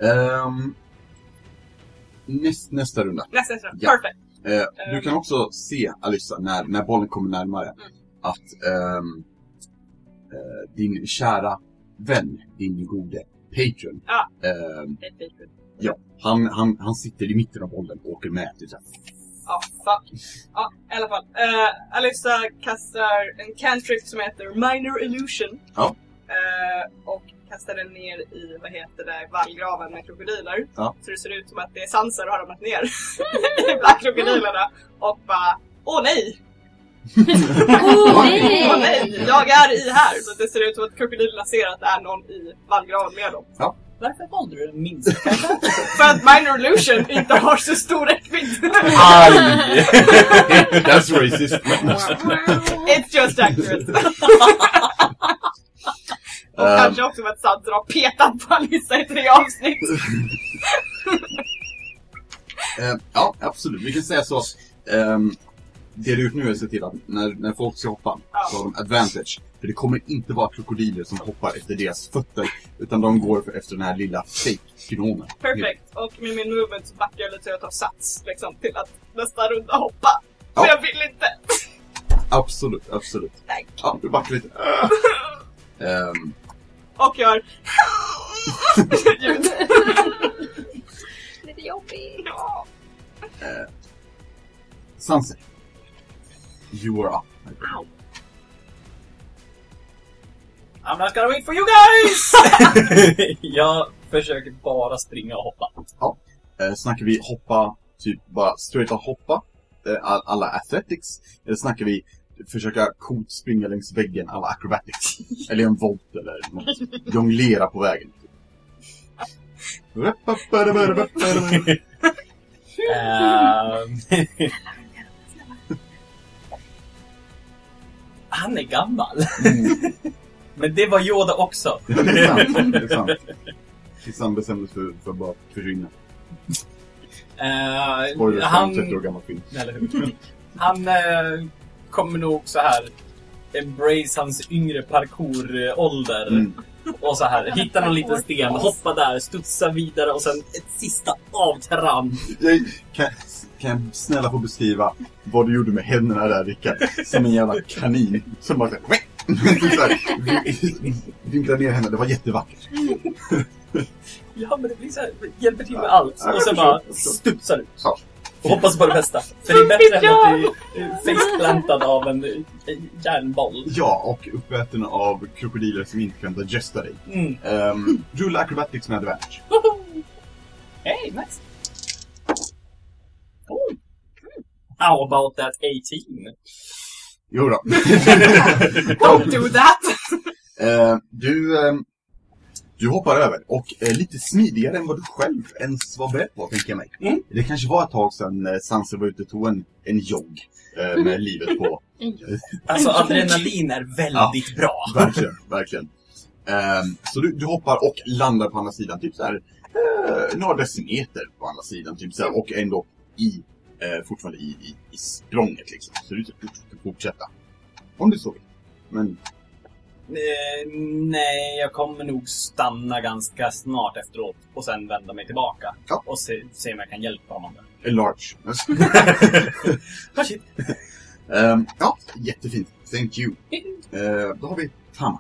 Nästa runda. Nästa runda. Ja. Perfect. Du kan också se, Alyssa, när bollen kommer närmare att din kära vän, din gode patron. Ja. Patron. Ja, han sitter i mitten av bollen och åker med till så här. Ja, fuck. Ja, i alla fall. Alyssa kastar en cantrip som heter Minor Illusion. Ja. Och kastar den ner i, vallgraven med krokodiler. Ja. Så det ser ut som att det är Sanser har ramlat ner bland krokodilerna. Och bara, åh nej! Åh nej! Jag är i här! Så det ser ut som att krokodilerna ser att det är någon i vallgraven med dem. Ja. Varför valde du den minsta karaktären? För att Minor Illusion inte har så stor räckvidd. Aj! That's racist. It's just accurate. Och kanske också för att Sanser har petat på Alyssa i 3 avsnitt. Ja, absolut. Vi kan säga så. Det du gjort nu är att se till att när folk ska hoppa så har de advantage. För det kommer inte vara krokodiler som hoppar efter deras fötter, utan de går efter den här lilla fake-gnomen. Perfekt. Och med min movement så backar jag lite så jag tar sats liksom, till att nästa runda hoppa. Ja. Men jag vill inte. Absolut. Tack. Ja, du backar lite. Och gör ljud. Lite jobbigt. Ja. Sanser. You are up. Ow. I'm not gonna wait for you guys! Jag försöker bara springa och hoppa. Ja. Snackar vi hoppa, typ bara straight up hoppa, alla athletics? Eller snackar vi försöka coolt springa längs väggen, alla acrobatics? Eller en volt eller något. Jonglera på vägen. Han är gammal. Men det var Yoda också. Det är sant. Tissan bestämde sig för bara försvinna. Spoiler, Han 30 år gammal film. Eller hur? Han kommer nog så här embrace hans yngre parkourålder. Och så här, hitta någon liten sten, hoppa där, studsa vidare och sen ett sista avtramp. Kan jag snälla få beskriva vad du gjorde med händerna där, Rickard? Som en jävla kanin. Som bara vinklar ner henne, det var jättevackert. Ja, men det blir så här, hjälper till med allt. Och sen bara studsar ut. Ja. Och hoppas på det bästa. För det är bättre än att bli faceplantad av en järnboll. Ja, och uppäten av krokodiler som inte kan digesta dig. Rulla acrobatics med advantage. Hey, nice. Oh. How about that 18? Jo då. Don't do that! Du hoppar över och lite smidigare än vad du själv ens var beredd på, tänker jag mig. Det kanske var ett tag sedan Sanser var ute och tog en jogg med livet på. Alltså adrenalin är väldigt bra. Verkligen. Så du hoppar och landar på andra sidan, typ så här några decimeter på andra sidan, typ så här, och ändå fortfarande i språnget liksom. Så du kan fortsätta. Om du så vill. Men nej, jag kommer nog stanna ganska snart efteråt och sen vända mig tillbaka. Ja. Och se om jag kan hjälpa honom där. a large. Varsågod. Ja, jättefint. Thank you. Då har vi Tama.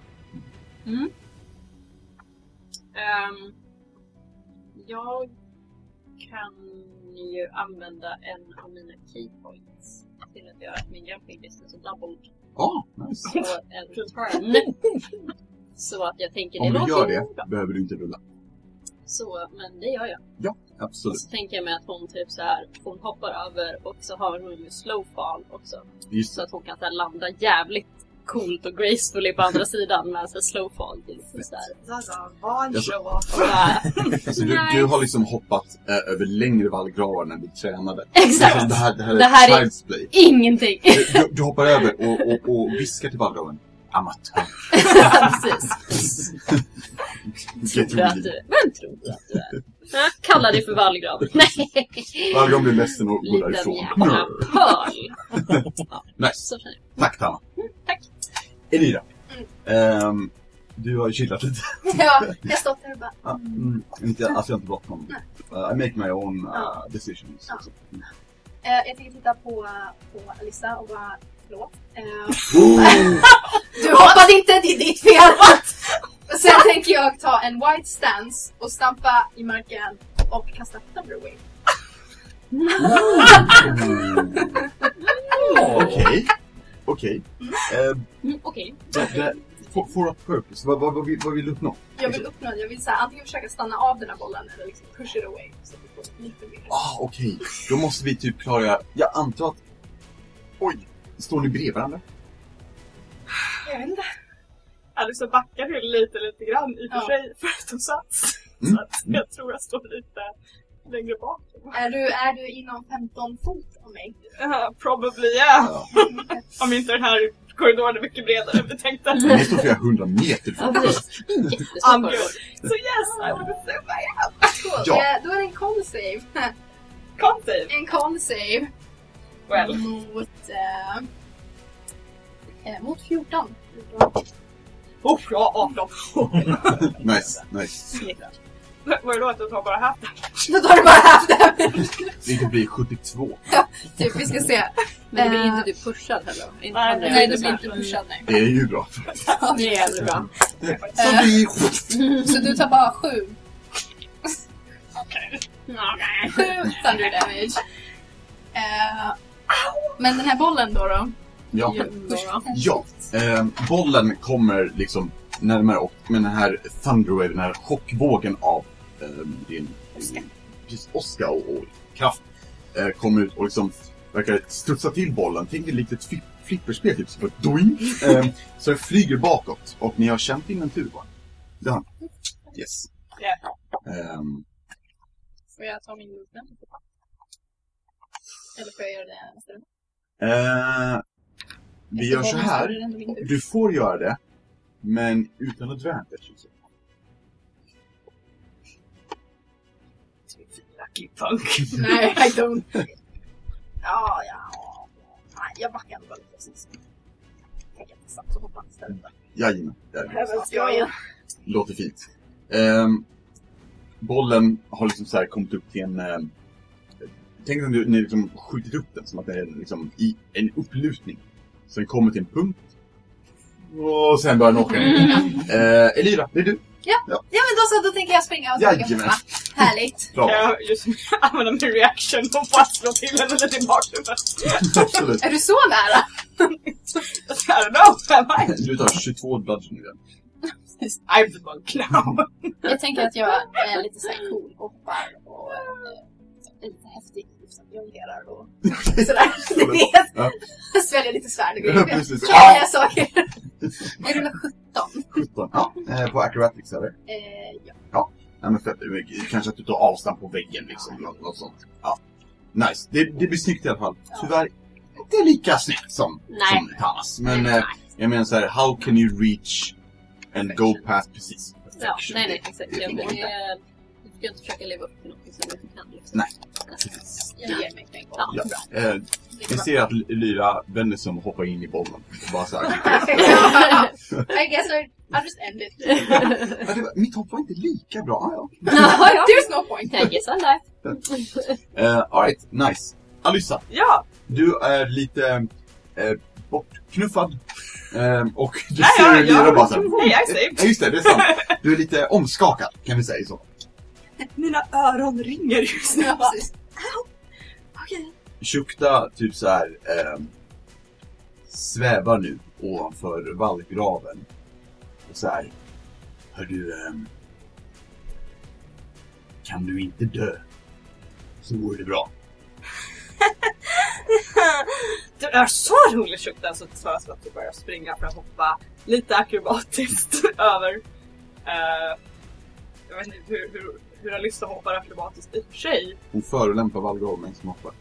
Jag kan ju använda en av mina keypoints till att göra min jumping distance och doubled. Nice. Så en turn. Så att jag tänker om det du gör det bra. behöver du inte rulla. Så, men det gör jag. Ja, absolut. Och så tänker jag mig att hon typ så här, hon hoppar över och så har hon ju slow fall också. Just så att hon kan så här, landa jävligt coolt och gracefully på andra sidan med så slow fall till så här. Var en show-off. Alltså, du har liksom hoppat över längre vallgravar när du tränade. Exakt. Alltså, det Det här här är child's play. Ingenting. Du hoppar över och viskar till vallgraven. Amatör. Precis. Get Tror att real. du är. Vem tror du att du är? Kalla dig för vallgrav. Nej. Vallgraven blir ledsen och går Liten därifrån. jävla pöl. Nice. Så känner jag. Tack, Tama. Tack. Elira. Du har ju chillat lite. Ja, jag stått där och bara... Alltså jag har inte bråttom. I make my own decisions. Ja. Jag tänker titta på Alyssa och bara... Förlåt. Du hoppade inte, det är ditt fel! Sen tänker jag ta en white stance och stampa i marken och kasta Thunderwave. Okej. Okej. For a purpose. Vad vill du uppnå? Jag vill så här, antingen försöka stanna av den här bollen eller liksom push it away. Så att vi får lite mer. Okej. Då måste vi typ klara... Jag antar att... Oj, står ni bredvid varandra? Jag vet inte. Alice backar ju lite grann i och för sig för att ta sats. Så att jag tror jag står lite längre bak. Är du inom 15 fot av mig? Probably, yeah. Om inte den här korridoren är mycket bredare än vi tänkte. Ni står flera 100 meter från oss. I'm good. So yes, I would assume I am. Cool. Ja. Då är det en con save. Con save? En con save. Well. Mot 14. Ja, 18. Nice. Vad är det då att du tar bara hälften? Då tar du bara hälften. Det blir 72. Typ, vi ska se. Men det blir inte du pushad heller? Nej, du blir inte pushad, nej. Det är ju bra. Det är jävligt bra. Så du tar bara 7. Okej. 7 thunder damage. Men den här bollen då? Ja. Bollen kommer liksom närmare och med den här Thunderwave, den här chockvågen av din åska och kraft kommer ut och liksom verkar studsa till bollen. Tänk er lite ett flipperspel typ, så doing. Så den flyger bakåt och ni har känt in en tur bara. Done. Yes. Yeah. Får jag ta min movement? Eller får jag göra det nästa runda? Vi gör så här. Du får göra det, men utan advantage. Lucky punk. Nej, I don't. Ja. Nej, jag backar ändå lite precis. Jag kan inte satsa på platsen. Jajamän. Ja. Låter fint. Bollen har liksom så här kommit upp till en... tänk om ni liksom skjutit upp den som att det är liksom i en upplutning. Så den kommer till en punkt. Och sen börjar den åka ner. Elira, det är du. Ja, men då tänker jag springa och Jajamän. Härligt. Bra. Kan jag just använda min reaction och bara slå till henne lite i bakhuvudet? Absolut. Är du så nära? I don't know, am I? Du tar 22 bludgeon nu. I'm the monk now. Jag tänker att jag är lite så här cool och hoppar och är lite häftig. Jongerar och sådär. Du vet. Jag sväljer lite svärd och grejer. Precis. Känner saker. Jag rullar 17. 17. Ja, på acrobatics eller? Ja. Ja, men fett. Kanske att du tar avstamp på väggen liksom. Något sånt. Ja. Nice. Det blir snyggt i alla fall. Tyvärr inte lika snyggt som Thomas. Men jag menar så här, how can you reach and go past precis? Ja, nej, exakt. Du ska inte försöka leva upp till något som du inte kan. Liksom. Nej. Jag ger mig en gång. Ja. Vi ser att Lyra vänder sig om och hoppar in i bollen. Bara så här. I guess I'll just end it. Mitt hopp var inte lika bra. There's no point. I guess I'm live. Alright, nice. Alyssa, Ja. du är lite bortknuffad. Och du ser Lyra bara så här. Nej, jag är safe. Ja, just det är sant. Du är lite omskakad, kan vi säga så. Mina öron ringer just nu. Ja, precis. Okej. Shukta typ så här svävar nu ovanför vallgraven. Och så här. Hör du, kan du inte dö så vore det bra. Du är så rolig, Shukta, så att du börjar springa för att hoppa lite akrobatiskt över. Jag vet inte hur Alyssa hoppar akrobatiskt i och för sig. Hon förolämpar vallgraven som hoppar.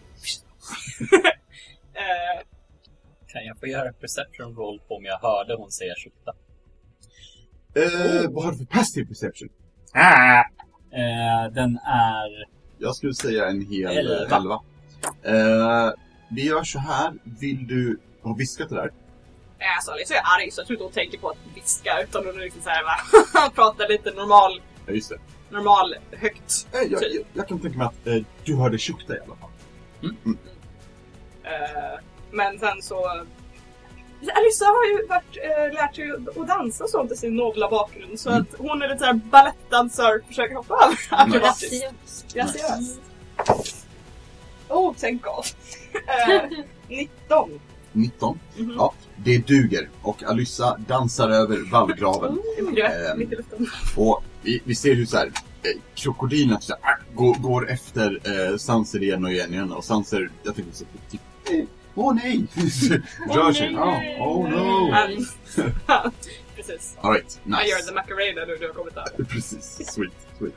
Kan jag få göra en perception roll på om jag hörde hon säga Shukta? Vad har du för passive perception? Den är... Jag skulle säga en hel 11. Vi gör så här. Vill du ha viskat det där? Alltså Alyssa är arg så jag tror inte hon tänker på att viska utan hon är liksom såhär va. Pratar lite normal. Ja, just det. Normal, högt. Jag kan tänka mig att du hörde Shukta i alla fall. Men sen så Alyssa har ju lärt sig att dansa och sånt i sin nobla bakgrund. Så att hon är lite såhär balettdansör, försöker hoppa över akrobatiskt. Graciöst. Oh, thank God. 19. 19. Ja, det duger. Och Alyssa dansar över vallgraven. Lite luften. Och vi ser hur så här krokodilen så här, går efter Sanser igen och igen. Och Sanser, jag tänker så typ nej! Rör sig. Oh no! Precis. All right, nice. Jag gör the Macarena nu, du har kommit där. Precis, sweet.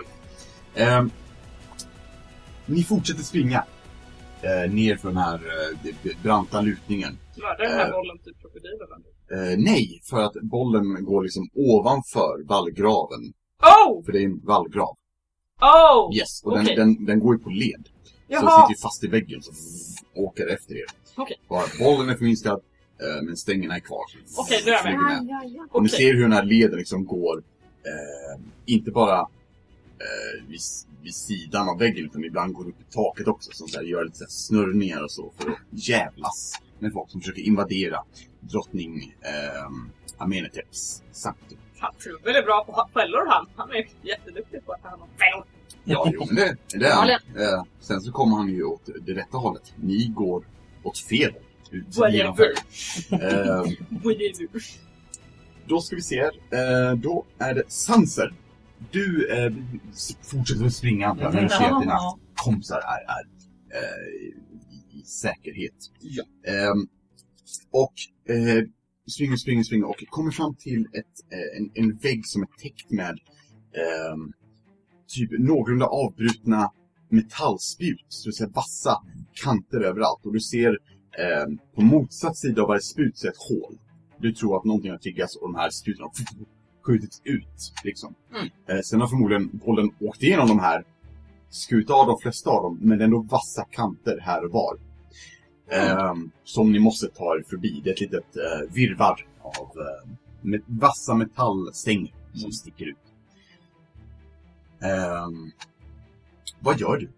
Ni fortsätter springa ner för den här branta lutningen. Mördar den här bollen typ krokodilen? Nej, för att bollen går liksom ovanför vallgraven. Oh! För det är en vallgrav. Oh! Yes, och Okay. den går ju på led. Jaha. Så den sitter ju fast i väggen som åker efter er. Okay. Bara bollen är förminskad, men stängerna är kvar. Okej, nu är jag med. Och ni ser hur den här leden liksom går, inte bara vid sidan av väggen, utan ibland går upp i taket också. Som så här, gör lite så här snurrningar och så för att jävlas med folk som försöker invadera drottning Ameneteps sanktum. Fan, Trubbel är bra på fällor han är jätteduktig på att han har fällor. Ja, jo, men det är han. Sen så kommer han ju åt det rätta hållet. Ni går åt fel håll. Whatever. Då ska vi se. Då är det Sanser. Du fortsätter att springa när du ser att dina kompisar är i säkerhet. Ja. Och springer och kommer fram till en vägg som är täckt med typ någorlunda avbrutna metallspjut, så det ser vassa kanter överallt. Och du ser på motsatt sida av varje spjut så är ett hål. Du tror att någonting har triggats och de här spjuten har skjutits ut liksom. Sen har förmodligen bollen åkt igenom de här, skurit av de flesta av dem, men det är ändå vassa kanter här och var. Som ni måste ta er förbi. Det är ett litet virvar av vassa metallstänger som sticker ut. Vad gör du?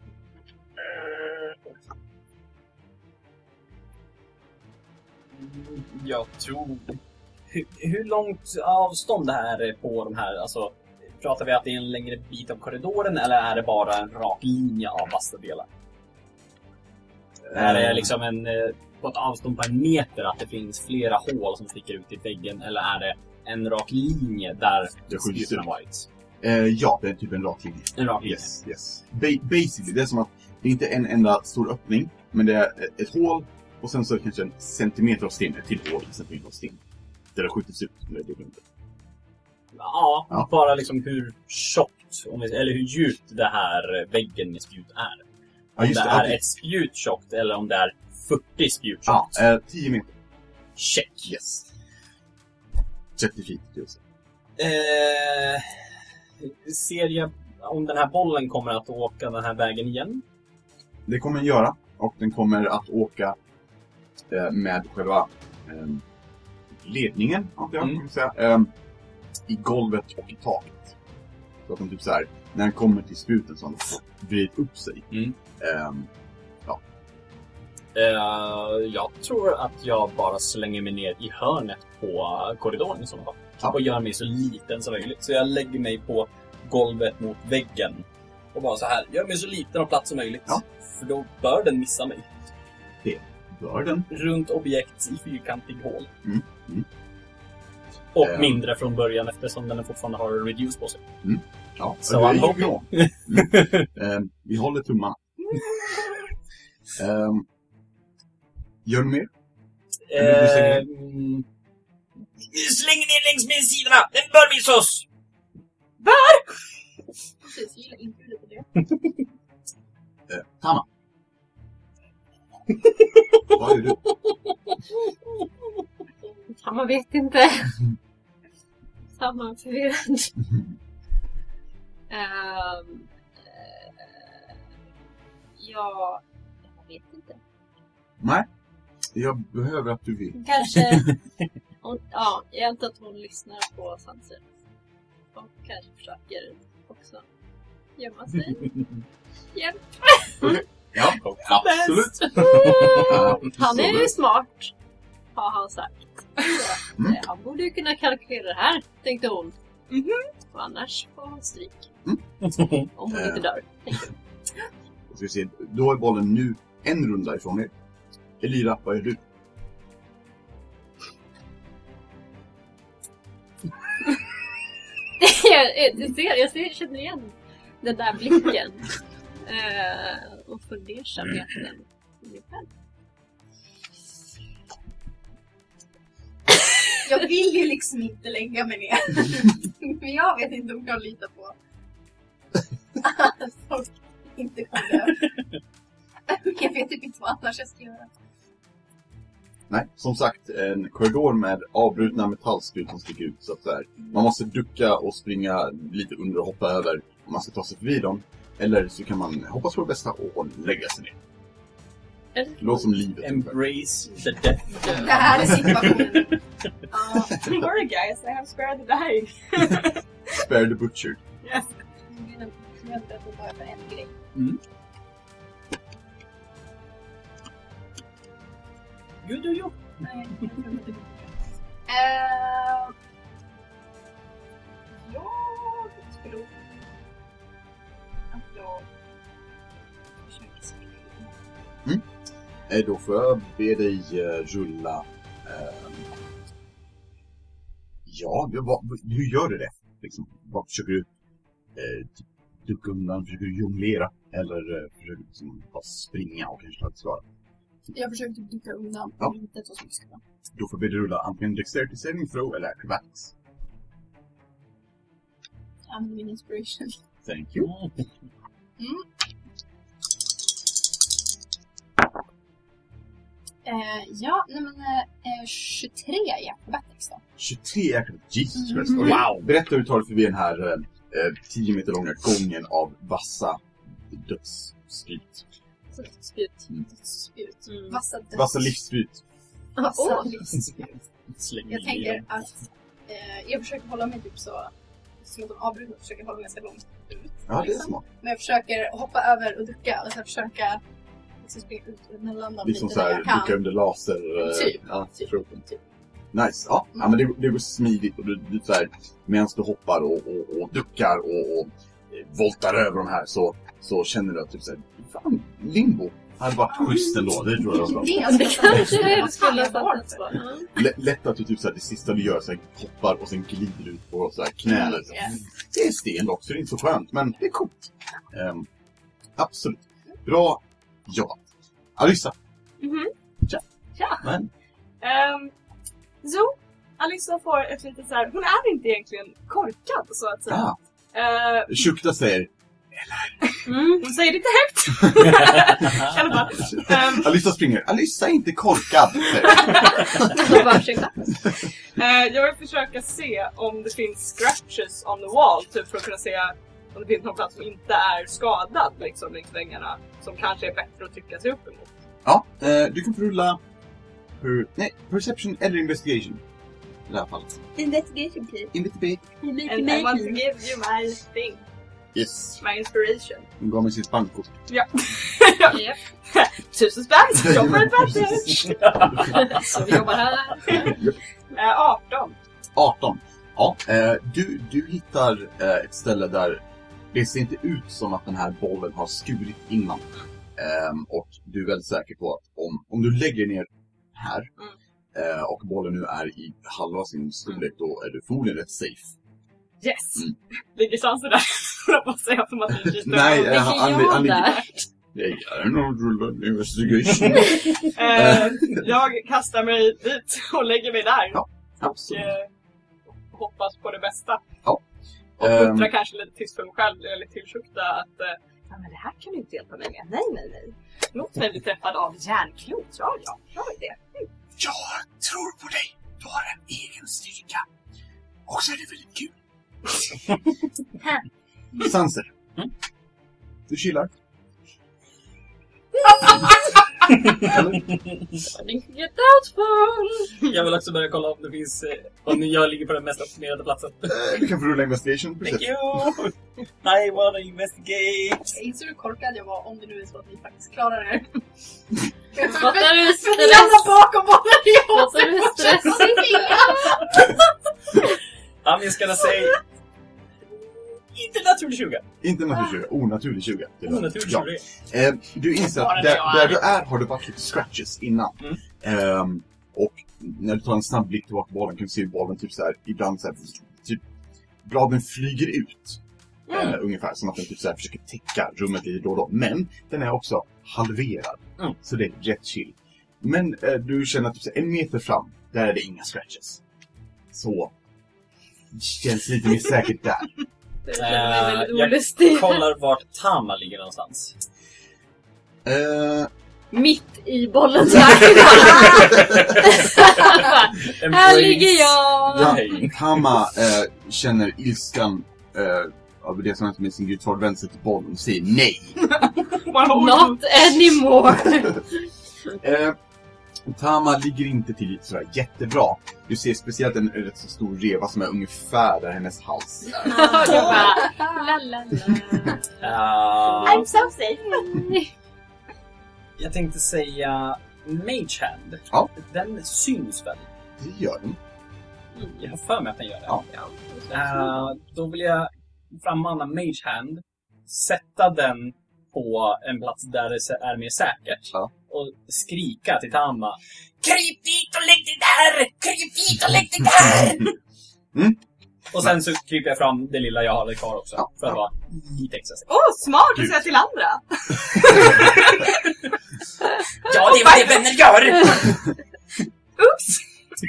Jag tror... Hur långt avstånd det här är på de här? Alltså, pratar vi att det är en längre bit av korridoren eller är det bara en rak linje av vassa delar? Är det liksom på ett avstånd på 1 meter att det finns flera hål som sticker ut i väggen, eller är det en rak linje där spjutarna var ut? Ja, det är typ en rak linje. En rak linje? Yes. Basically, det är som att det inte är en enda stor öppning, men det är ett hål och sen så är det kanske en centimeter av sten, ett till hål, en centimeter av sten. Där det skjutits ut. Ja, bara liksom hur tjockt, eller hur djupt det här väggen med spjut är. Om det är ett spjut tjockt eller om det är 40 spjut tjockt. Ja, 10 meter. Check. Yes. 30 feet, just. Ser jag om den här bollen kommer att åka den här vägen igen? Det kommer den göra. Och den kommer att åka med själva ledningen, kan säga, i golvet och i taket. Så att den typ så här, när den kommer till spjuten så har den vridit upp sig. Jag tror att jag bara slänger mig ner i hörnet på korridoren i så fall. Och gör mig så liten som möjligt. Så jag lägger mig på golvet mot väggen. Och bara så här, gör mig så liten och platt som möjligt. Ja. För då bör den missa mig. Det bör den. Runt objekt i fyrkantig hål. Och mindre från början eftersom den fortfarande har reduce på sig. Ja, så han bra. Vi håller tummarna. Gör du mer? Släng ner längs med sidorna! Den bör missa oss! Bör! Precis, jag gillar inte det. Tamma. Vad gör du? Tamma vet inte. Tamma förvirrad. Jag vet inte. Nej, jag behöver att du vill. Kanske... jag antar att hon lyssnar på Sanser. Och kanske försöker också gömma sig. Hjälp! Ja, absolut. Han är ju smart. har han sagt. Han borde ju kunna kalkylera det här, tänkte hon. Och annars får han stryk. Om hon inte dör, tänkte hon. Ska vi se, då är bollen nu en runda ifrån er. Elira, vad är du? jag känner igen den där blicken. Och fundersamheten i mig själv. Jag vill ju liksom inte lägga mig ner. Men jag vet inte om jag litar på att folk inte kommer dö. Jag vet typ inte vad annars jag ska göra. Nej, som sagt, en korridor med avbrutna metallspjut som sticker ut. Så att där. Man måste ducka och springa lite under och hoppa över om man ska ta sig förbi dem. Eller så kan man hoppas på det bästa och lägga sig ner. Det låter som livet. Embrace the death. Det här är situationen. Don't worry guys, I have spared the dying. Spare the butcher. Yes. Jag vet att bara för en grej. Jo. Nej, jag tror inte. Jag skulle att jag försöker skriva. Då får jag be dig rulla. Hur gör du det? Liksom, vad försöker du ducka undan? Försöker du jonglera? Eller försöker du liksom bara springa och kanske ta ett skada? Jag försökte ducka undan. Ja. Inte så mycket skada. Då får jag be dig rulla antingen Dexterity Saving Throw eller Acrobatics. Använder min inspiration. Thank you. Ja, nej men 23 i acrobatics då. 23 Acrobatics. Jesus Christ. Mhm. Okej, Wow. berätta hur du tar dig förbi den här 10 meter långa gången av vassa dödsspjut. Spjut. Spjut. Mm. Vassa livsspjut. Vassa livsspjut. Släng Jag i tänker dem. att jag försöker hålla mig typ så som att de avbryter och försöker hålla mig ganska långt ut. Ja, det är smart. Men jag försöker hoppa över och ducka och sen försöka liksom springa ut mellan dem Liksom lite så när här, jag kan. ducka under laser. Typ. Ja, Typ. frågan. Typ. Nice. Ja, men det går smidigt och du så här, medan du hoppar och duckar och voltar över de här så känner du att typ så här, fan, limbo hade varit schysst ändå, det tror jag var bra. Det är Det kanske är det skulle ha det. sagt. Lätt att du typ så här, det sista du gör så här, hoppar och sen glider ut på så här knäna. Så. Yes. Det är sten dock, så det är inte så skönt, men det är coolt. Absolut. Bra jobbat. Alyssa. Ja. Men, Så, Alyssa får ett litet så här. Hon är inte egentligen korkad så att säga. Shukta säger, Hon säger det inte högt. I alla fall. Alyssa springer. Alyssa är inte korkad. Jag vill försöka se om det finns scratches on the wall. Typ för att kunna se om det finns någon plats som inte är skadad liksom, längs väggarna. Som kanske är bättre att trycka sig upp emot. Ja, du kan få rulla perception eller investigation. I det här fallet. Investigation please. Investigate. And I want to give you my thing. Yes. My inspiration. Hon gav mig sitt bankkort. Ja. Japp. 1000 spänn. Jobb for advantage. Så vi jobbar här. 18. 18. Ja, du hittar ett ställe där det ser inte ut som att den här bollen har skurit innan. Och du är väldigt säker på att om du lägger ner här och bollen nu är i halva sin storlek, då är du förmodligen rätt safe. Yes. Ligger chansen där? Jag får säga automatiskt. Nej, han ligger där. Nej, jag är nog rulla investigation. Jag kastar mig dit och lägger mig där. Ja, absolut. Och hoppas på det bästa. Ja. Och puttrar kanske lite tyst för mig själv eller tillskjukta att men det här kan du inte hjälpa mig med. Nej. Låt mig bli träffad av järnklot. Ja, jag vet det. Jag tror på dig. Du har en egen styrka. Och så är det väldigt kul. Sanser. Du chillar. Get doubtful! Jag vill också börja kolla om det finns... om jag ligger på den mest optimerade platsen. Du kan få rulla investigation. Thank you! I wanna investigate! Jag inser hur korkad jag var om det nu är så att ni faktiskt klarar er. Fattar du För ni lämnar bakom båda Fattar du is gonna say... Inte naturlig 20. Inte naturlig 20, onaturlig 20. Onaturlig 20. Ja. Du inser att där du är har du varit lite scratches innan. Och när du tar en snabb blick tillbaka på bollen kan du se bollen typ så här, ibland så här, typ bladen flyger ut. Ungefär som att den typ så här försöker täcka rummet lite då och då. Men den är också halverad. Så det är rätt chill. Men du känner typ så här, 1 meter fram, där är det inga scratches. Så känns lite mer säkert där. Det känner mig väldigt olustig. Jag kollar vart Tama ligger någonstans. Mitt i bollens värld. Här ligger jag. Ja, Tama känner ilskan av det som hänt med sin gudfar vänder sig till bollen och säger nej. Not anymore. Tama ligger inte till sådär jättebra. Du ser speciellt en rätt så stor reva som är ungefär där hennes hals är. Jag bara, la la la. I'm so safe. Jag tänkte säga Mage Hand. Ja. Den syns väl? Det gör den. Jag har för mig att den gör det. Ja. Då vill jag frammana Mage Hand. Sätta den på en plats där det är mer säkert. Ja. Och skrika till Tama. Kryp dit och lägg dig där! Kryp dit och lägg dig där! Och sen så kryper jag fram det lilla jag har kvar också. För att vara lite extra säker. Smart att säga till andra. Ja, det är vad det vänner gör! Oops!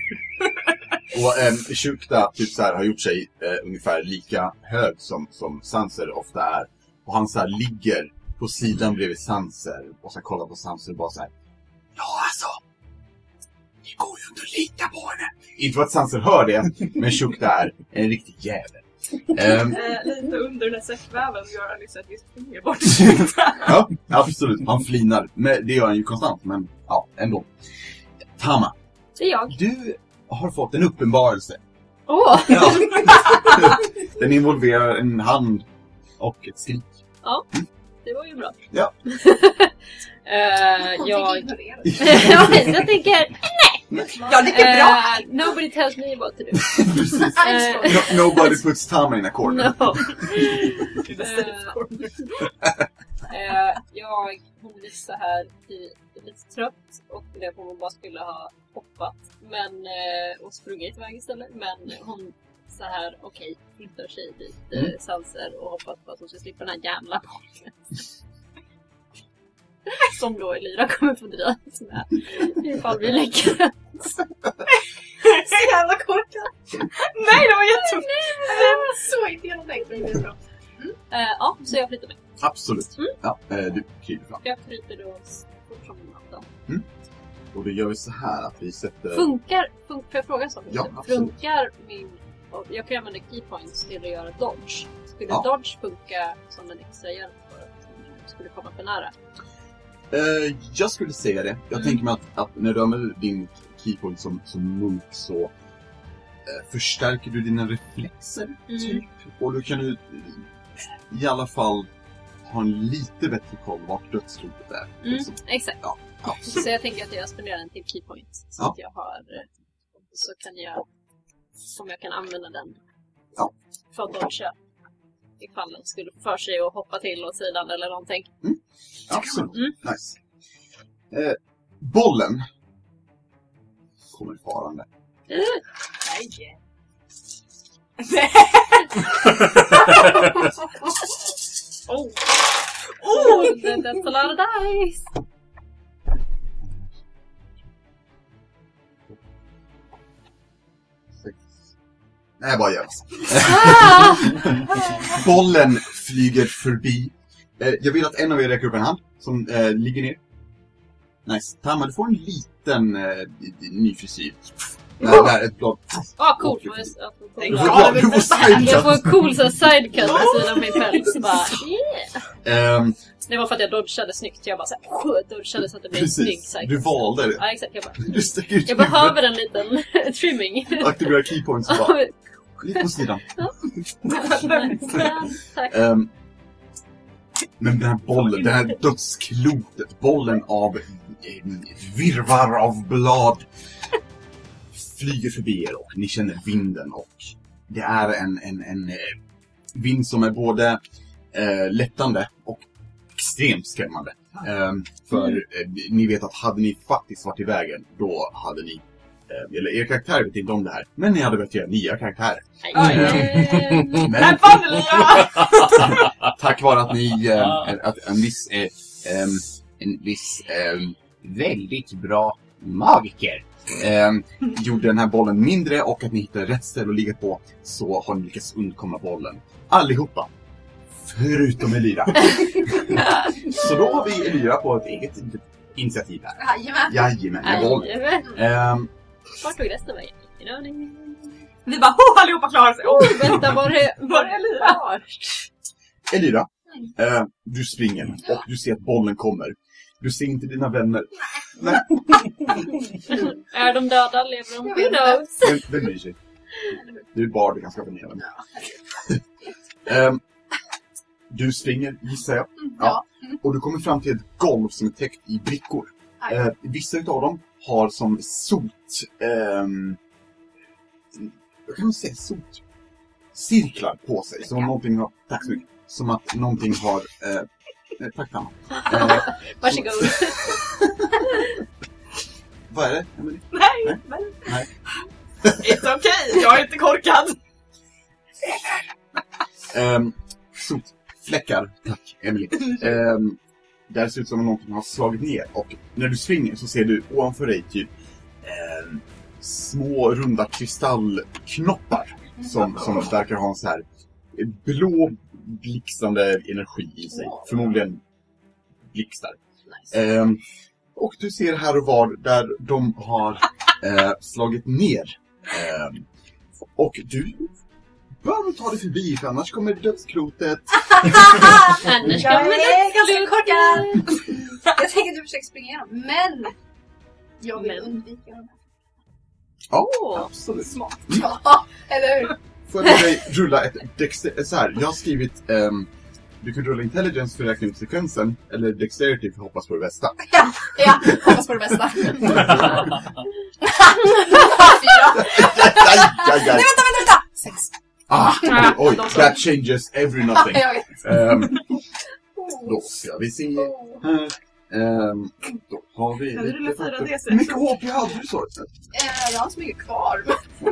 Och Shukta typ så här, har gjort sig ungefär lika hög som Sanser ofta är. Och han så här ligger på sidan bredvid Sanser och så kollar på Sanser och bara så här. Ja alltså, det går ju inte att lita på henne. Inte för att Sanser hör det, men Shukta är en riktig jävel. Lite under den här säckväven gör han liksom ett visst finger bort. Ja, absolut. Han flinar. Men det gör han ju konstant, men ja, ändå. Tama, Det är jag. du har fått en uppenbarelse. Åh! Ja. Den involverar en hand och ett skrik. Ja, det var ju bra. Ja. Jag tänker, Ja, det är bra. nobody tells me what to do. Precis. Nobody puts Tama in a corner. No. Hon blir så här lite trött och det hon bara skulle ha hoppat och sprungit iväg istället. Men hon så här, flyttar sig dit Sanser och hoppas på att hon ska slippa den här jävla bollen. Som då Elira kommer få dra med ifall vi lägger. Så jävla korkat. Nej, det var jättebra. Så inte genomtänkt, men det är bra. Ja, så jag flyttar mig. Absolut. Ja, du kryper fram. Jag kryper då fort som natten. Och då gör vi så här att vi sätter... Funkar får jag fråga en sak? Ja, absolut. Funkar jag kan använda keypoints till att göra dodge. Skulle dodge funka som en extra hjälp för att man skulle komma för nära? Jag skulle säga det. Jag tänker mig att när du använder din keypoint som munk så förstärker du dina reflexer typ. Och då kan du i alla fall ha en lite bättre koll vart dödslotet är. Liksom. Exakt. Ja, så jag tänker att jag spenderar en till keypoint. Så att jag har... Så kan jag... Om jag kan använda den. Ja. För att dodga. Ifall den skulle för sig och hoppa till åt sidan eller någonting. Absolut. Nice. Bollen kommer farande. Nej. That's a lot of dice. Nej, bara gör Bollen flyger förbi. Jag vill att en av er räcker upp en hand som ligger ner. Nice. Tama, du får en liten ny frisyr. Där ett blad. Coolt. Jag får en cool sidecut vid sidan av min päls. Det var för att jag dodgade snyggt. Jag bara dodgade så att det blev snygg sidecut. Du valde det. Ja, exakt. Du stack ut. Jag behöver en liten trimming. Aktivera keypoints och bara. Lite på sidan. Tack. Men den här bollen, det här dödsklotet, bollen av virvar av blad flyger förbi er och ni känner vinden och det är en vind som är både lättande och extremt skrämmande. För ni vet att hade ni faktiskt varit i vägen, då hade ni eller er karaktär vet inte om det här, men ni hade börjat göra nya karaktärer. Men tack vare att ni att en viss väldigt bra magiker gjorde den här bollen mindre och att ni hittade rätt ställe att ligga på, så har ni lyckats undkomma bollen. Allihopa. Förutom Elira. Så då har vi Elira på ett eget initiativ här. Jajamän, med boll. Vart tog resten vägen? Vi bara, allihopa klarar sig. Vänta, var det Elira? Elira, du springer och du ser att bollen kommer. Du ser inte dina vänner. Nej. Är de döda? Lever de? Who knows? Vem bryr sig? Du är bara du kan skapa ner dem. Du springer, gissar jag. Ja. Och du kommer fram till ett golv som är täckt i brickor. Vissa av dem har som sot... vad kan man säga? Sot? Cirklar på sig. Som någonting har... Tack så mycket. Som att någonting har... tack Hanna. Varsågod. Vad är det, Emily? Nej. It's okay, jag är inte korkad. Sotfläckar. Tack, Emily. Där ser ut som om någonting har slagit ner. Och när du springer så ser du ovanför dig typ små runda kristallknoppar som verkar ha en så här blå blixtrande energi i sig. Förmodligen blixtar. Nice. Och du ser här och var där de har slagit ner. Och du bör nog ta dig förbi, för annars kommer dödskrotet. Annars Jag kommer är ganska dödskrotet. korkad. Jag tänker att du försöker springa igenom, men jag vill undvika dem. Ja, absolut. Smart. Ja, eller hur? Får jag dig rulla ett så här. Jag har skrivit du kan rulla intelligence för att räkna ut sekvensen, eller dexterity för att hoppas på det bästa. Ja, hoppas på det bästa. 4. Nej, vänta! 6. Oj, that changes every nothing. Jag vet. Då ska vi se här. Då har vi... Kan du rulla 4D6? Hur mycket HP hade du så? Jag har så mycket kvar.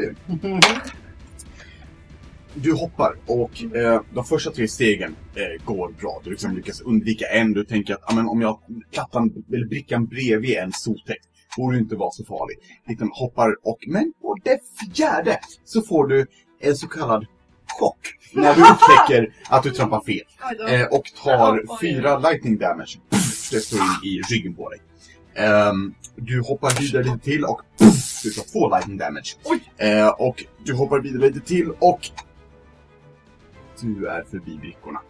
Du hoppar och de första 3 stegen går bra. Du liksom lyckas undvika en. Du tänker att om jag plattan eller brickan bredvid en soltäkt borde ju inte vara så farlig. Liksom hoppar men på det 4:e så får du en så kallad chock. När du upptäcker att du trampar fel. Och tar 4 lightning damage. Det står in i ryggen på dig. Du hoppar vidare lite till och du tar 2 lightning damage. Och du hoppar vidare lite till och du är förbi brickorna.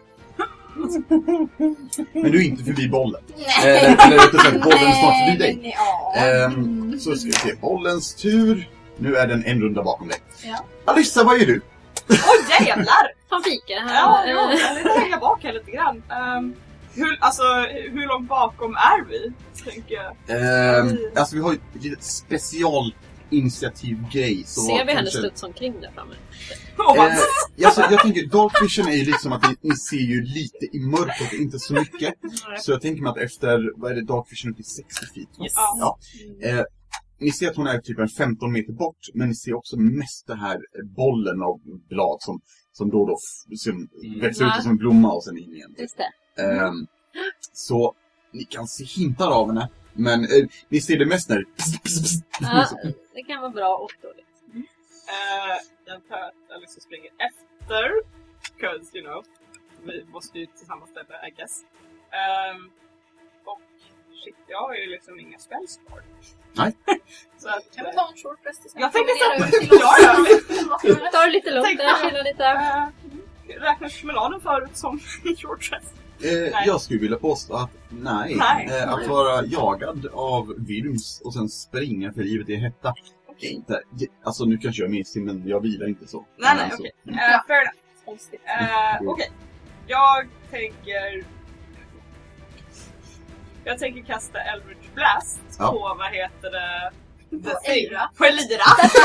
Men du är inte förbi bollen. Eller rättare sagt, bollen är snart förbi dig. Så ska vi se, bollens tur. Nu är den en runda bakom dig. Alyssa, vad gör du? Oj, jävlar! Han fika. Ja, jag lägger bak här lite grann. Hur långt bakom är vi, tänker jag? Alltså vi har ju ett litet specialinitiativgrej. Ser vi henne studsa omkring där framme? Jag tänker, Dark Vision är ju liksom att ni ser ju lite i mörkret, inte så mycket. Så jag tänker mig att efter, vad är det, Dark Vision upp till 60 feet? Yes. Ja. Ni ser att hon är typ en 15 meter bort, men ni ser också mest det här bollen av blad som då växer ut som en blomma och sen in igen. Just det. Så ni kan se hintar av henne, men ni ser det mest när Ja, det kan vara bra och dåligt. Jag tar att Alice springer efter, because vi måste ju till samma ställe, I guess. Och shit, jag har ju liksom inga spells kvar. Nej. Så att, Kan vi ta en short rest? Jag tänker Ta det lite lugnt där, chilla lite. Räknas melanen förut som short rest? Jag skulle vilja påstå att nej. Att vara jagad av Virms och sen springa för livet i hetta. Inte, alltså nu kanske jag är mesig, men jag vilar inte så. Nej, okej. Fair enough. Okej. Jag tänker kasta Eldritch Blast på, vad heter det? På Elira. På Elira.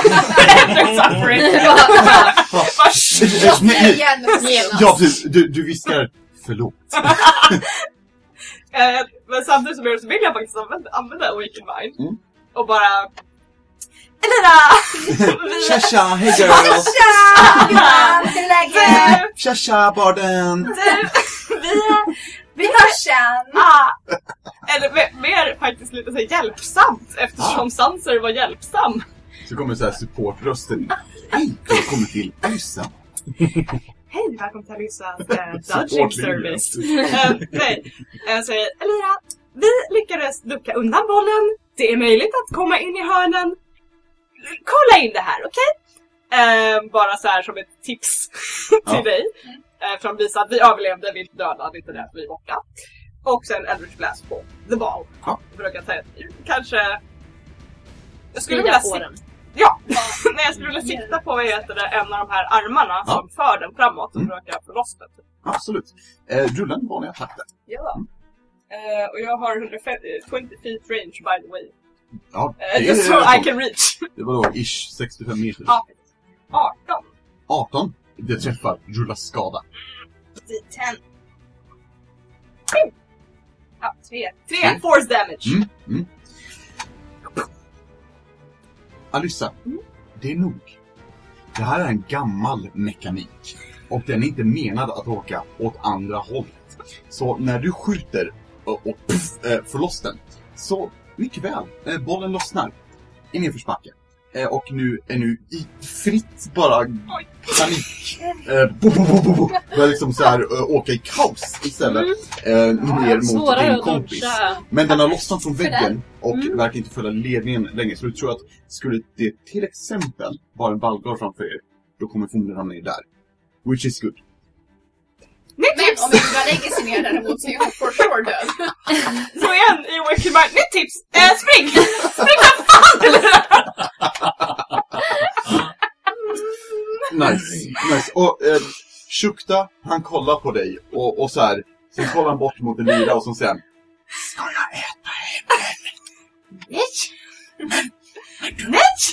Ja, precis. Du viskar förlåt. Men samtidigt så vill jag faktiskt använda Awaken Mind. Och bara... Elira! Tja, hej girls! Tja! Hur är läget? Tja, barden! Vi hörs sen! Eller mer faktiskt lite så hjälpsamt, eftersom Sanser var hjälpsam. Så kommer så här supportrösten. Hej, välkommen till Alyssa. Hej, välkommen till Alyssa Dodging Service. Nej, jag säger, Elira, vi lyckades ducka undan bollen. Det är möjligt att komma in i hörnen. Kolla in det här, okej? Bara så här som ett tips till dig. För att visa att vi överlevde, vi är inte döda, inte det, vi är borta. Och sen Eldritch Blast på The Ball. Jag brukar säga, kanske... Jag skulle vilja när jag skulle vilja sikta på en av de här armarna som för den framåt och försöka få loss den. Absolut. Rulla en vanlig attack där. Ja. Och jag har 120 feet range by the way. Ja, just so I can reach. Det var då ish 65 meter. Ja. 18. Det träffar. Rulla skada. 10. Ja, 3 force damage. Alyssa, det är nog. Det här är en gammal mekanik. Och den är inte menad att åka åt andra hållet. Så när du skjuter och får loss den, så mycket väl. Bollen lossnar i nedförsbacke. Och nu är i fritt bara panik. Börjar liksom så här åka i kaos istället. Ner mot din kompis. Men den har lossnat från väggen och verkar inte följa ledningen längre. Så du tror att skulle det till exempel vara en Valgar framför er, då kommer förmodligen hamna ner där. Which is good. Men om vi bara lägger sig ner däremot så är jag for sure död. Så igen i Awaken Mind. Nytt tips! Spring! Spring för fan! Nice. Och Shukta, han kollar på dig och så här. Sen kollar han bort mot Elira och så säger han: ska jag äta henne? Nej!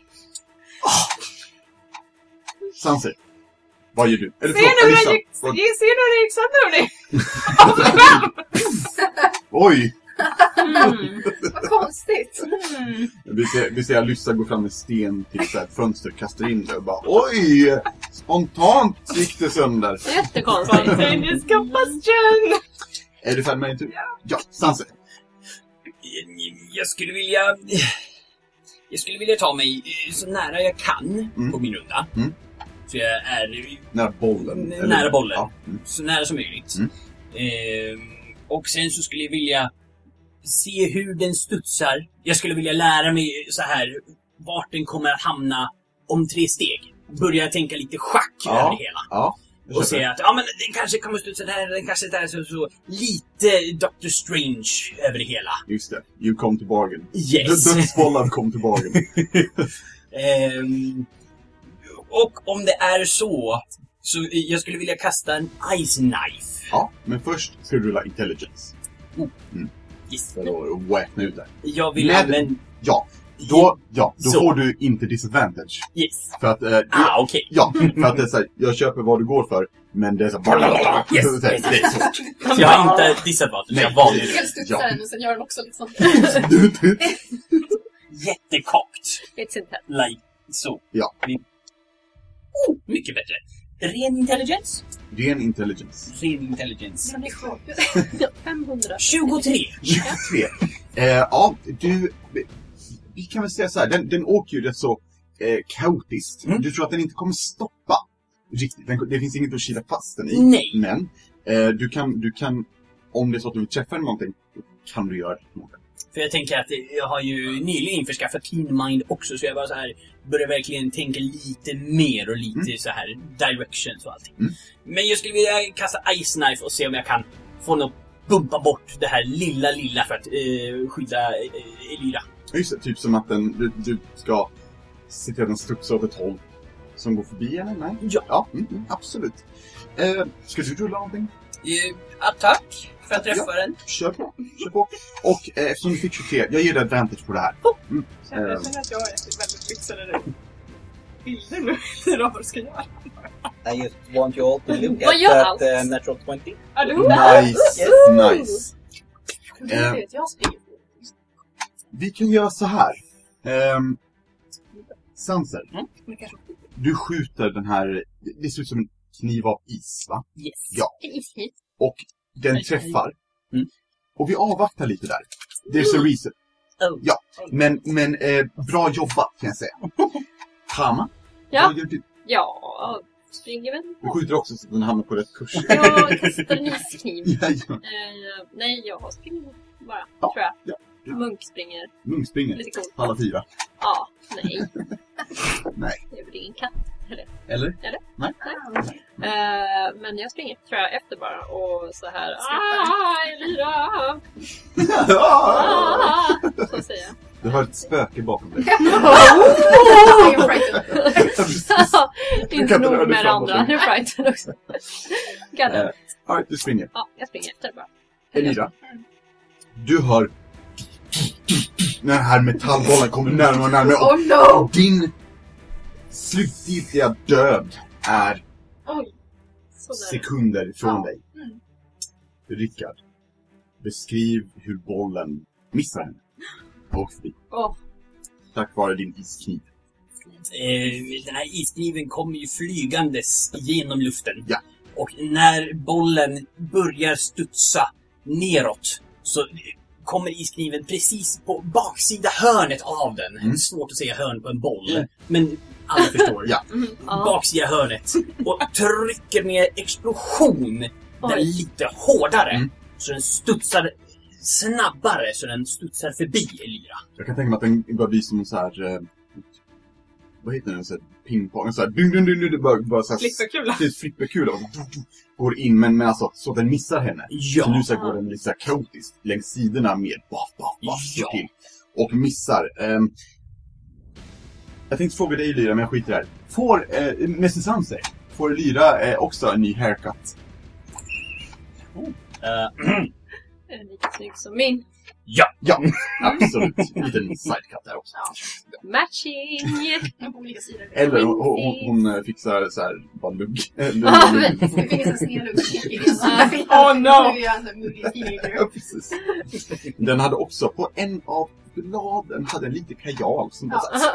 Sanser, vad gör du? Eller ser du hur det gick sönder, hörni? Oj! Vad konstigt. Vi ser Alyssa gå fram med sten till så här ett fönster, kastar in det och bara oj! Spontant gick det sönder. Jättekonstigt. Spontaneous combustion! Är du färdig med din tur? Ja, Sanser. Jag skulle vilja ta mig så nära jag kan på min runda. Så jag är nära bollen. Nära bollen. Ja. Så nära som möjligt. Och sen så skulle jag vilja se hur den studsar. Jag skulle vilja lära mig så här vart den kommer att hamna om 3 steg. Börja tänka lite schack över det hela. Ja. Och säga att men den kanske kommer studsa där, den kanske där så lite Doctor Strange över det hela. Just det. You come to bargain. Yes. Dödsbollar come to bargain. Och om det är så jag skulle vilja kasta en Ice Knife. Ja, men först ska du rulla intelligence. Yes. För att räkna ut det. Jag vill även... Då får du inte disadvantage. Yes. För att... okej. Ja, för att det är så här, jag köper vad du går för, men det är så här... Yes. Det är svårt. Jag har inte disadvantage, jag var Jag ska studsa den och sen gör den också liksom. jättekokt. It's intense. Like så. Ja. Mycket bättre. Ren intelligence? Ren intelligence. Ren intelligence. 500. 23. 23. Ja, vi kan väl säga så här, den åker ju rätt så kaotiskt. Du tror att den inte kommer stoppa riktigt. Det finns inget att kila fast den i. Nej. Men du kan, om det är så att du vill träffa någonting, då kan du göra det. För jag tänker att jag har ju nyligen införskaffat Clean Mind också, så jag bara så här börjar verkligen tänka lite mer och lite så här directions och allting. Men jag skulle vilja kasta Ice Knife och se om jag kan få något bumpa bort det här lilla för att skydda Elira. Just det, typ som att du ska se till att den studsar åt ett håll som går förbi eller nej? Ja. Absolut. Ska du rulla någonting? Attack för att träffa den. Kör på. Och eftersom du fick 23, jag ger dig advantage på det här. Jag känner att jag är väldigt fixad nu. Bilder nu, eller vad ska jag göra? I just want you all to look Vad gör at allt? that natural 20. Nice. Jag springer. Vi kan göra så här. Sanser, du skjuter den här, det ser ut som en kniv av is, va? Yes. Ja. Och den träffar. Och vi avvaktar lite där. There's a reason. Ja, men bra jobbat kan jag säga. Tama, Ja. vad gör du? Ja, springer väl. Du skjuter också så att den hamnar på rätt kurs. Jag kastar en iskniv. Ja. Nej, jag springer bara, Ja, tror jag. ja. Munk springer. Munk springer. Lite coolt. Alla 4. Ja, nej. Nej. Det är väl ingen katt, eller? Eller? Nej. Men jag springer, tror jag, efter bara. Och så här. Elira! Så säger jag. Du har ett spöke bakom dig. Inte nog med det andra. Nu är frighten också. Alright, du springer. Ja, jag springer efter bara. Elira, du hör när den här metallbollen kommer närmare och närmare. Oh no! Din slutgiltiga död är Oj. Så nära. sekunder ifrån dig. Mm. Rickard, beskriv hur bollen missar henne. Och förbi. Tack vare din iskniv. Den här iskniven kommer ju flygandes genom luften. Ja. Och när bollen börjar studsa neråt så kommer iskniven precis på baksida hörnet av den. Mm. Svårt att säga hörn på en boll. Men alla förstår. Ja. Baksida hörnet. Och trycker med explosion den lite hårdare. Så den studsar snabbare så den studsar förbi Elira. Jag kan tänka mig att den bara blir som en så här... vad heter den? Så här pingpong. Så här... Det bara så här... Flipperkula. Det är flipperkula. Och går in, men alltså så den missar henne. Ja. Så nu så går den lite så här kaotiskt längs sidorna med Ja. till. Och missar. Jag tänkte fråga dig Lyra, men jag skiter där. Får Mr. Sanser, får Lyra också en ny haircut? Lika snygg som min. Ja. Ja, absolut. En liten sidecut där också. Matching! På olika sidor. Eller hon fixar så här bara lugg. Det finns en snedlugg. Oh no! Ja, precis. Den hade också på en av bladen hade en liten kajal som var så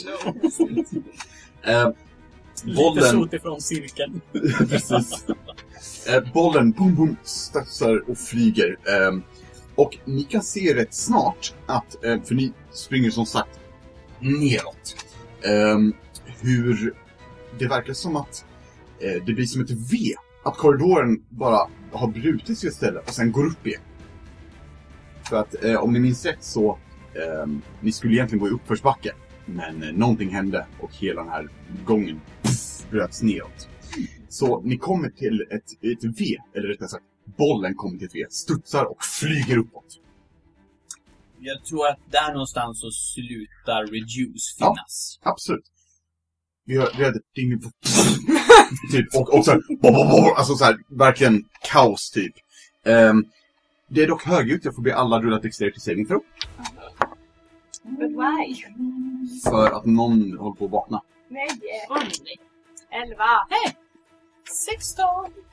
här. Bollen ifrån cirkeln. precis. Bollen boom studsar och flyger. Och ni kan se rätt snart att, för ni springer som sagt neråt. Hur det verkar som att det blir som ett V. Att korridoren bara har brutits istället och sen går upp igen. För att om ni minns rätt så ni skulle egentligen gå i uppförsbacke. Men någonting hände och hela den här gången bröts neråt. Så ni kommer till ett V, eller rättare sagt bollen kommer till ett V, studsar och flyger uppåt. Jag tror att där någonstans så slutar Reduce finnas. Ja, absolut. Vi hade ett ding typ, och så här, alltså så här, verkligen kaos typ. Det är dock högljutt, jag får be alla rulla dexterity saving throw. But why? För att någon håller på att vakna. Nej. 11. 16.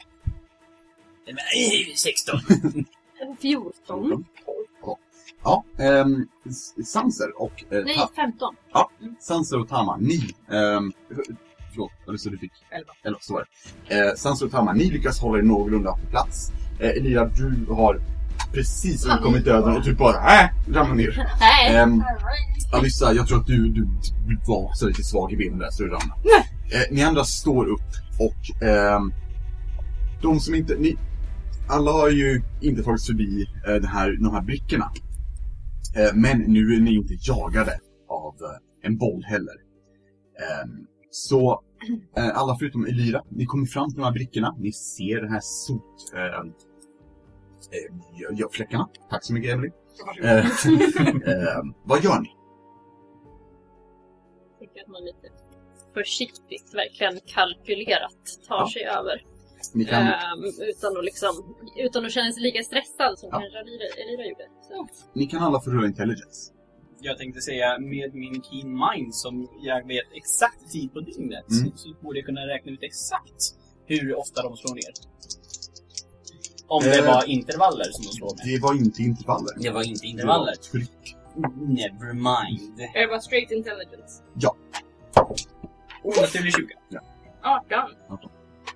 16. 14. Ja, Sanser och Nej, 15. Sanser och Tama, ni förlåt, eller så du fick 11, så var det. Sanser och Tama, ni lyckas hålla er någorlunda på plats. Elira, du har precis undkommit döden och du bara ramlar ner. Alyssa, jag tror att du var så lite svag i benen där så du ramlar. Ni andra står upp och de som inte... alla har ju inte tagit förbi de här brickorna. Men nu är ni inte jagade av en boll heller. Så alla förutom Elira, ni kommer fram till de här brickorna. Ni ser den här fläckarna. Tack så mycket, Emily. Vad gör ni? Jag tycker att man lite försiktigt, verkligen kalkylerat tar sig över. Ni kan, utan att känna sig lika stressad som kanske Elira gjorde. Så. ni kan alla få rulla intelligence. Jag tänkte säga, med min keen mind som jag vet exakt tid på dygnet så borde jag kunna räkna ut exakt hur ofta de slår ner. Om det var intervaller som de slår med. Det var inte intervaller. Det var inte intervaller. Tryck. Never mind. Det var straight intelligence. Ja. Naturlig 20. Ja. 18.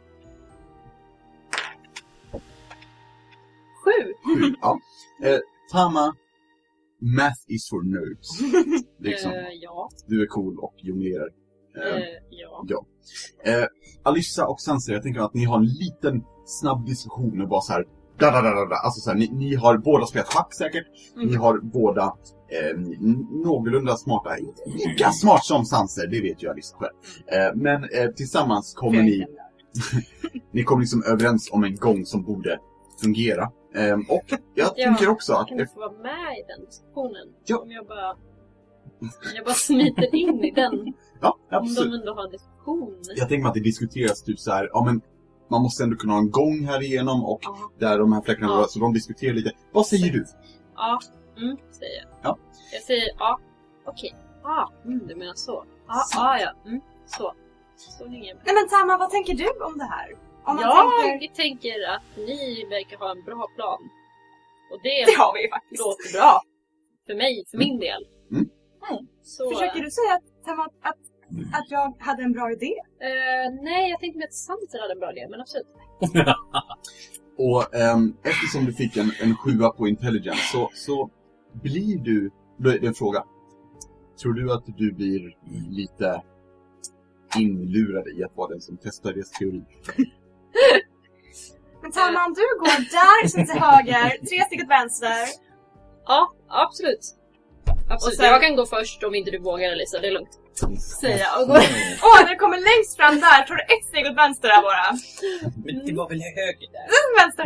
7. Ja. Tama, math is for nerds. Liksom. Ja. Du är cool och jonglerar. Ja. Alyssa och Sanser, jag tänker att ni har en liten snabb diskussion och bara så här. Alltså så här, ni har båda spelat schack säkert. Ni har båda någorlunda smarta. Inte lika smart som Sanser, det vet ju Alyssa själv. Men tillsammans kommer ni kommer liksom överens om en gång som borde fungera. Och jag tänker också att... Kan du få vara med i den diskussionen? Ja. Om jag bara smiter in i den. Ja, om absolut. de ändå har en diskussion. Jag tänker mig att det diskuteras typ så här, ja men man måste ändå kunna ha en gång här igenom och där de här fläckarna var, så de diskuterar lite. Vad säger du? Ja, säger jag. Ja. Jag säger okej. Du menar så. Så. Så hänger jag med. Nej men Tama, vad tänker du om det här? Om man Jag tänker att ni verkar ha en bra plan. Och det har vi faktiskt. låter bra. För mig, för min del. Så, Försöker du säga Tama, att jag hade en bra idé? nej, jag tänkte att Sanser hade en bra idé, men absolut. Och eftersom du fick en 7 på intelligence så blir du... Det är en fråga. Tror du att du blir lite inlurad i att vara den som testar deras teori? Men Tama, om du går där, sen till höger, 3 steg åt vänster. Ja, absolut. Och sen, jag kan gå först om inte du vågar, Elisa, det är lugnt. säger jag och går... när du kommer längst fram där, tar du 1 steg åt vänster där bara. Men det var väl höger där? Vänster.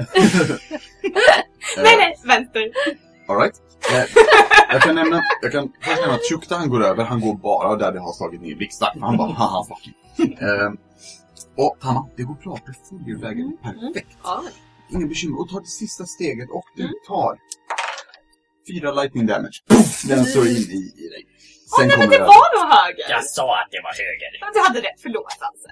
nej, vänster. All right. Jag kan först nämna att Shukta han går över, han går bara där det har slagit ner blixtar. Han bara, haha, fuck you. Och Tama, det går bra, du följer vägen perfekt. Ingen bekymmer, och tar det sista steget och du tar 4 lightning damage. Den slår in i dig. Sen nej, men det var nog höger. Jag sa att det var höger. Ja, du hade rätt, förlåt alltså.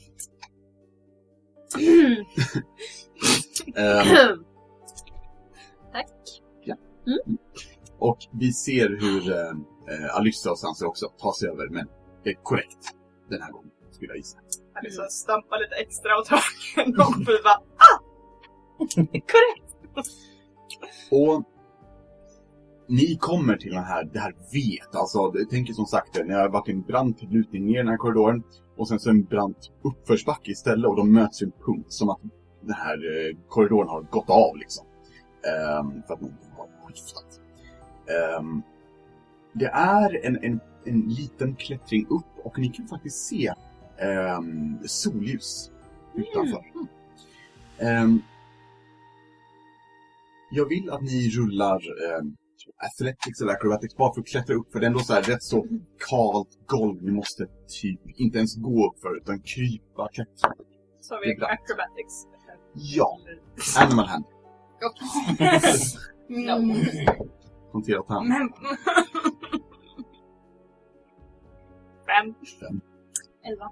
Tack. Ja. Och vi ser hur Alyssa och Sanser också tar sig över, men det är korrekt den här gången, skulle jag gissa. Alyssa stampar lite extra åt högen och vi bara, korrekt. Och ni kommer till det här vet, alltså jag tänker som sagt, ni har varit en brant lutning ner i den här korridoren och sen så en brant uppförsbacke istället och de möts i en punkt som att den här korridoren har gått av liksom. För att någon har skiftat. Det är en liten klättring upp och ni kan faktiskt se solljus utanför. Jag vill att ni rullar athletics eller acrobatics bara för att klättra upp, för det är ändå så här rätt så kallt golv. Ni måste typ inte ens gå upp för utan krypa, klättra. Så vi har acrobatics. Ja, animal hand. No. Konterat hand. 5. 11.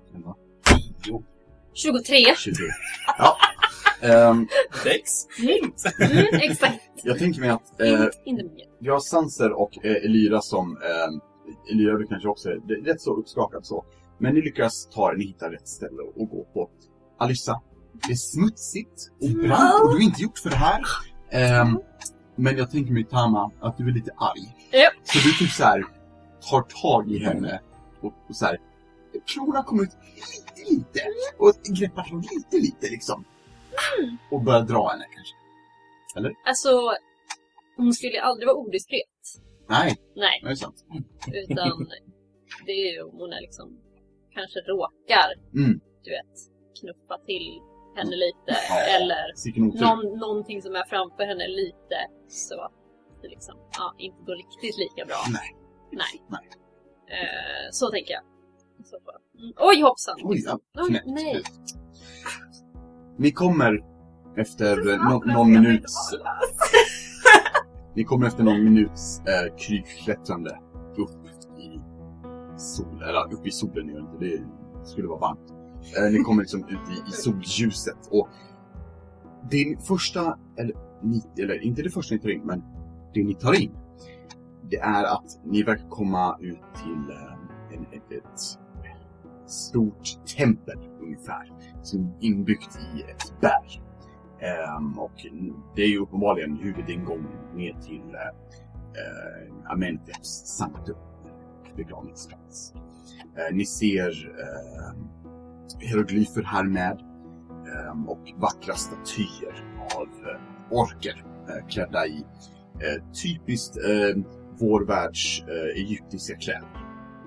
10. 23. 23. Ja. 6. Exakt. Jag tänker mig att Inte mycket. vi har Sanser och Elira som Elira vill kanske också är rätt så uppskakad så. Men ni lyckas ni hittar rätt ställe att gå på. Alyssa, det är smutsigt och brant och du är inte gjort för det här. Men jag tänker mig Tama att du är lite arg. Yep. Så du typ så här tar tag i henne och så här klorna kommer ut lite och greppar så lite liksom. Och börjar dra henne kanske. Eller? Alltså, hon skulle aldrig vara odiskret. Nej, Nej, det är sant. utan det är ju om hon är liksom kanske råkar, du vet, knuffa till henne lite eller någonting som är framför henne lite så att det liksom inte går riktigt lika bra. Nej. Så tänker jag. Så oj hoppsan. Oj, knäppt. Nej. Ni kommer efter någon minuts... Ni kommer efter någon minuts kryklättrande upp i solen nu. Det skulle vara varmt. Ni kommer liksom ut i solljuset. Och din första, eller inte det första ni tar in, men det ni tar in, det är att ni verkar komma ut till ett stort tempel ungefär, som är inbyggt i ett berg. Och det är ju uppenbarligen huvudingången ner till Amenhoteps sanktum, begravningsplats. Ni ser hieroglyfer här med och vackra statyer av orker klädda i typiskt vår världs egyptiska kläder.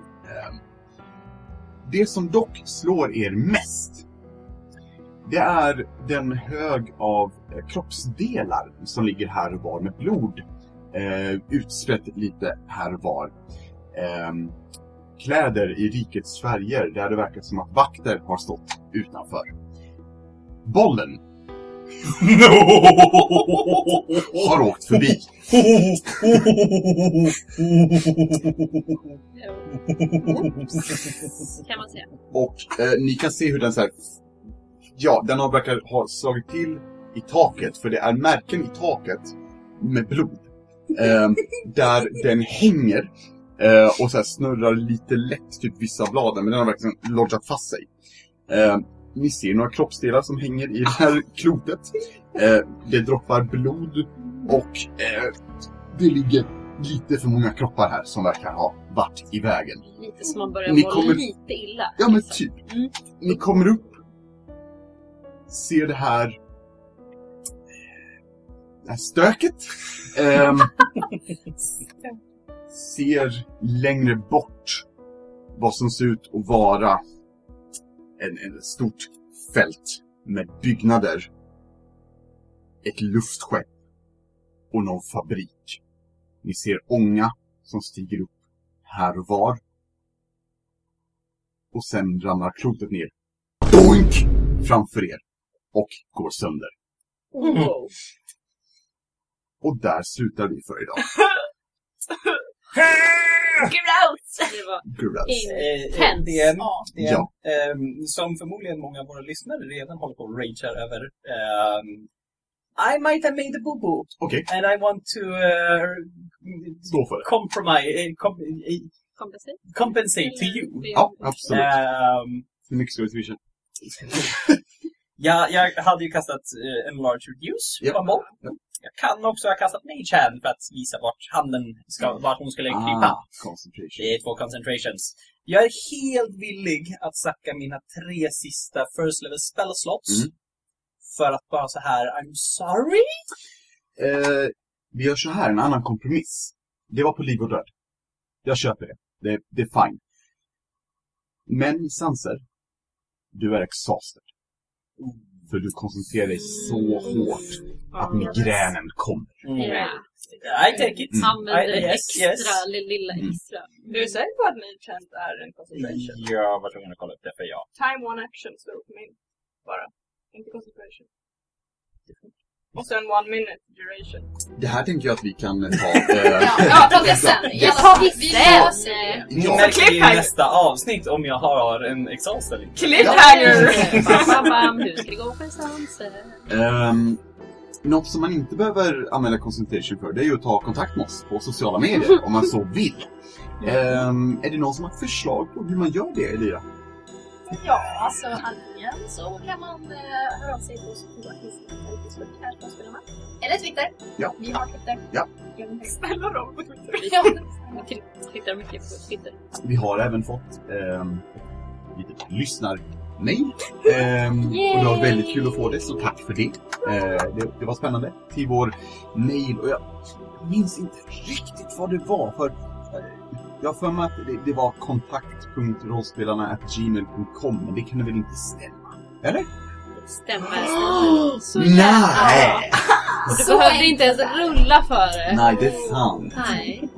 Det som dock slår er mest, det är den hög av kroppsdelar som ligger här och var med blod utspritt lite här och var. Kläder i rikets färger där det verkar som att vakter har stått utanför. Bollen har åkt förbi. Kan man säga. Och ni kan se hur den så här, ja, den verkar ha slagit till i taket, för det är märken i taket med blod. Där den hänger och så här snurrar lite lätt typ vissa bladen, men den har verkligen lodgat fast sig. Ni ser några kroppsdelar som hänger i det här klotet. Det droppar blod och det ligger lite för många kroppar här som verkar ha varit i vägen. Lite som man börjar må lite illa. Ja, men typ. Ni kommer upp, ser det här stöket. Ser längre bort vad som ser ut att vara ett stort fält med byggnader, ett luftskepp och någon fabrik. Ni ser ånga som stiger upp här och var. Och sen ramlar klotet ner. Boink! Framför er. Och går sönder. Wow. Och där slutar vi för idag. Gross! Det var intens. Ja. Som förmodligen många av våra lyssnare redan håller på att ragear över. I might have made a boo-boo. Okay. And I want to stå för det. Compensate to you. Ja, absolut. Hur mycket ska vi swisha? Jag hade ju kastat en large reduce på en boll. Jag kan också ha kastat Mage Hand för att visa vart hon skulle krypa. Concentration. Det är 2 concentrations. Jag är helt villig att sacka mina 3 sista first level spell slots. För att bara så här, I'm sorry. Vi gör så här, en annan kompromiss. Det var på liv och död. Jag köper det. Det är fine. Men Sanser, du är exhausted. För du koncentrerar dig så hårt att migränen kommer. I take it. Använder lilla extra. Du är säker på att Mage Hand är en concentration? Jag var tvungen att kolla upp det för jag. Time one action står upp min. Bara. Inte concentration. Och sen 1 minute duration. Det här tänker jag att vi kan ta... ta det sen. Det tar vi sen. Ni märker i nästa avsnitt om jag har en exhaust eller inte. Cliffhanger! Hur ska det gå för Sanser? Något som man inte behöver använda concentration för, det är ju att ta kontakt med oss på sociala medier om man så vill. Är det någon som har ett förslag på hur man gör det, Elira? Ja, alltså antingen så kan man höra av sig på Facebook eller Twitter. Ja. Vi har Twitter. Ja. Snälla dem på Twitter. Ja. Jag tittar mycket på Twitter. Vi har även fått lite lyssnarmail. Och det var väldigt kul att få det, så tack för det. Det var spännande. Till vår mail, och jag minns inte riktigt vad det var, för jag för mig att det var kontakt.rollspelarna@gmail.com, men det kan väl inte stämma, eller? Stämmer. Så nej! Och du behövde inte ens rulla för det. Nej, det är sant. Nej.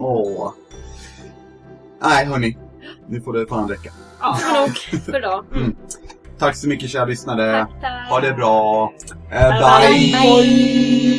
Nej, hörni. Nu får det fan räcka. Ja, nog för idag. Tack så mycket kära lyssnare. Tack. Ha det bra. Bye. Bye.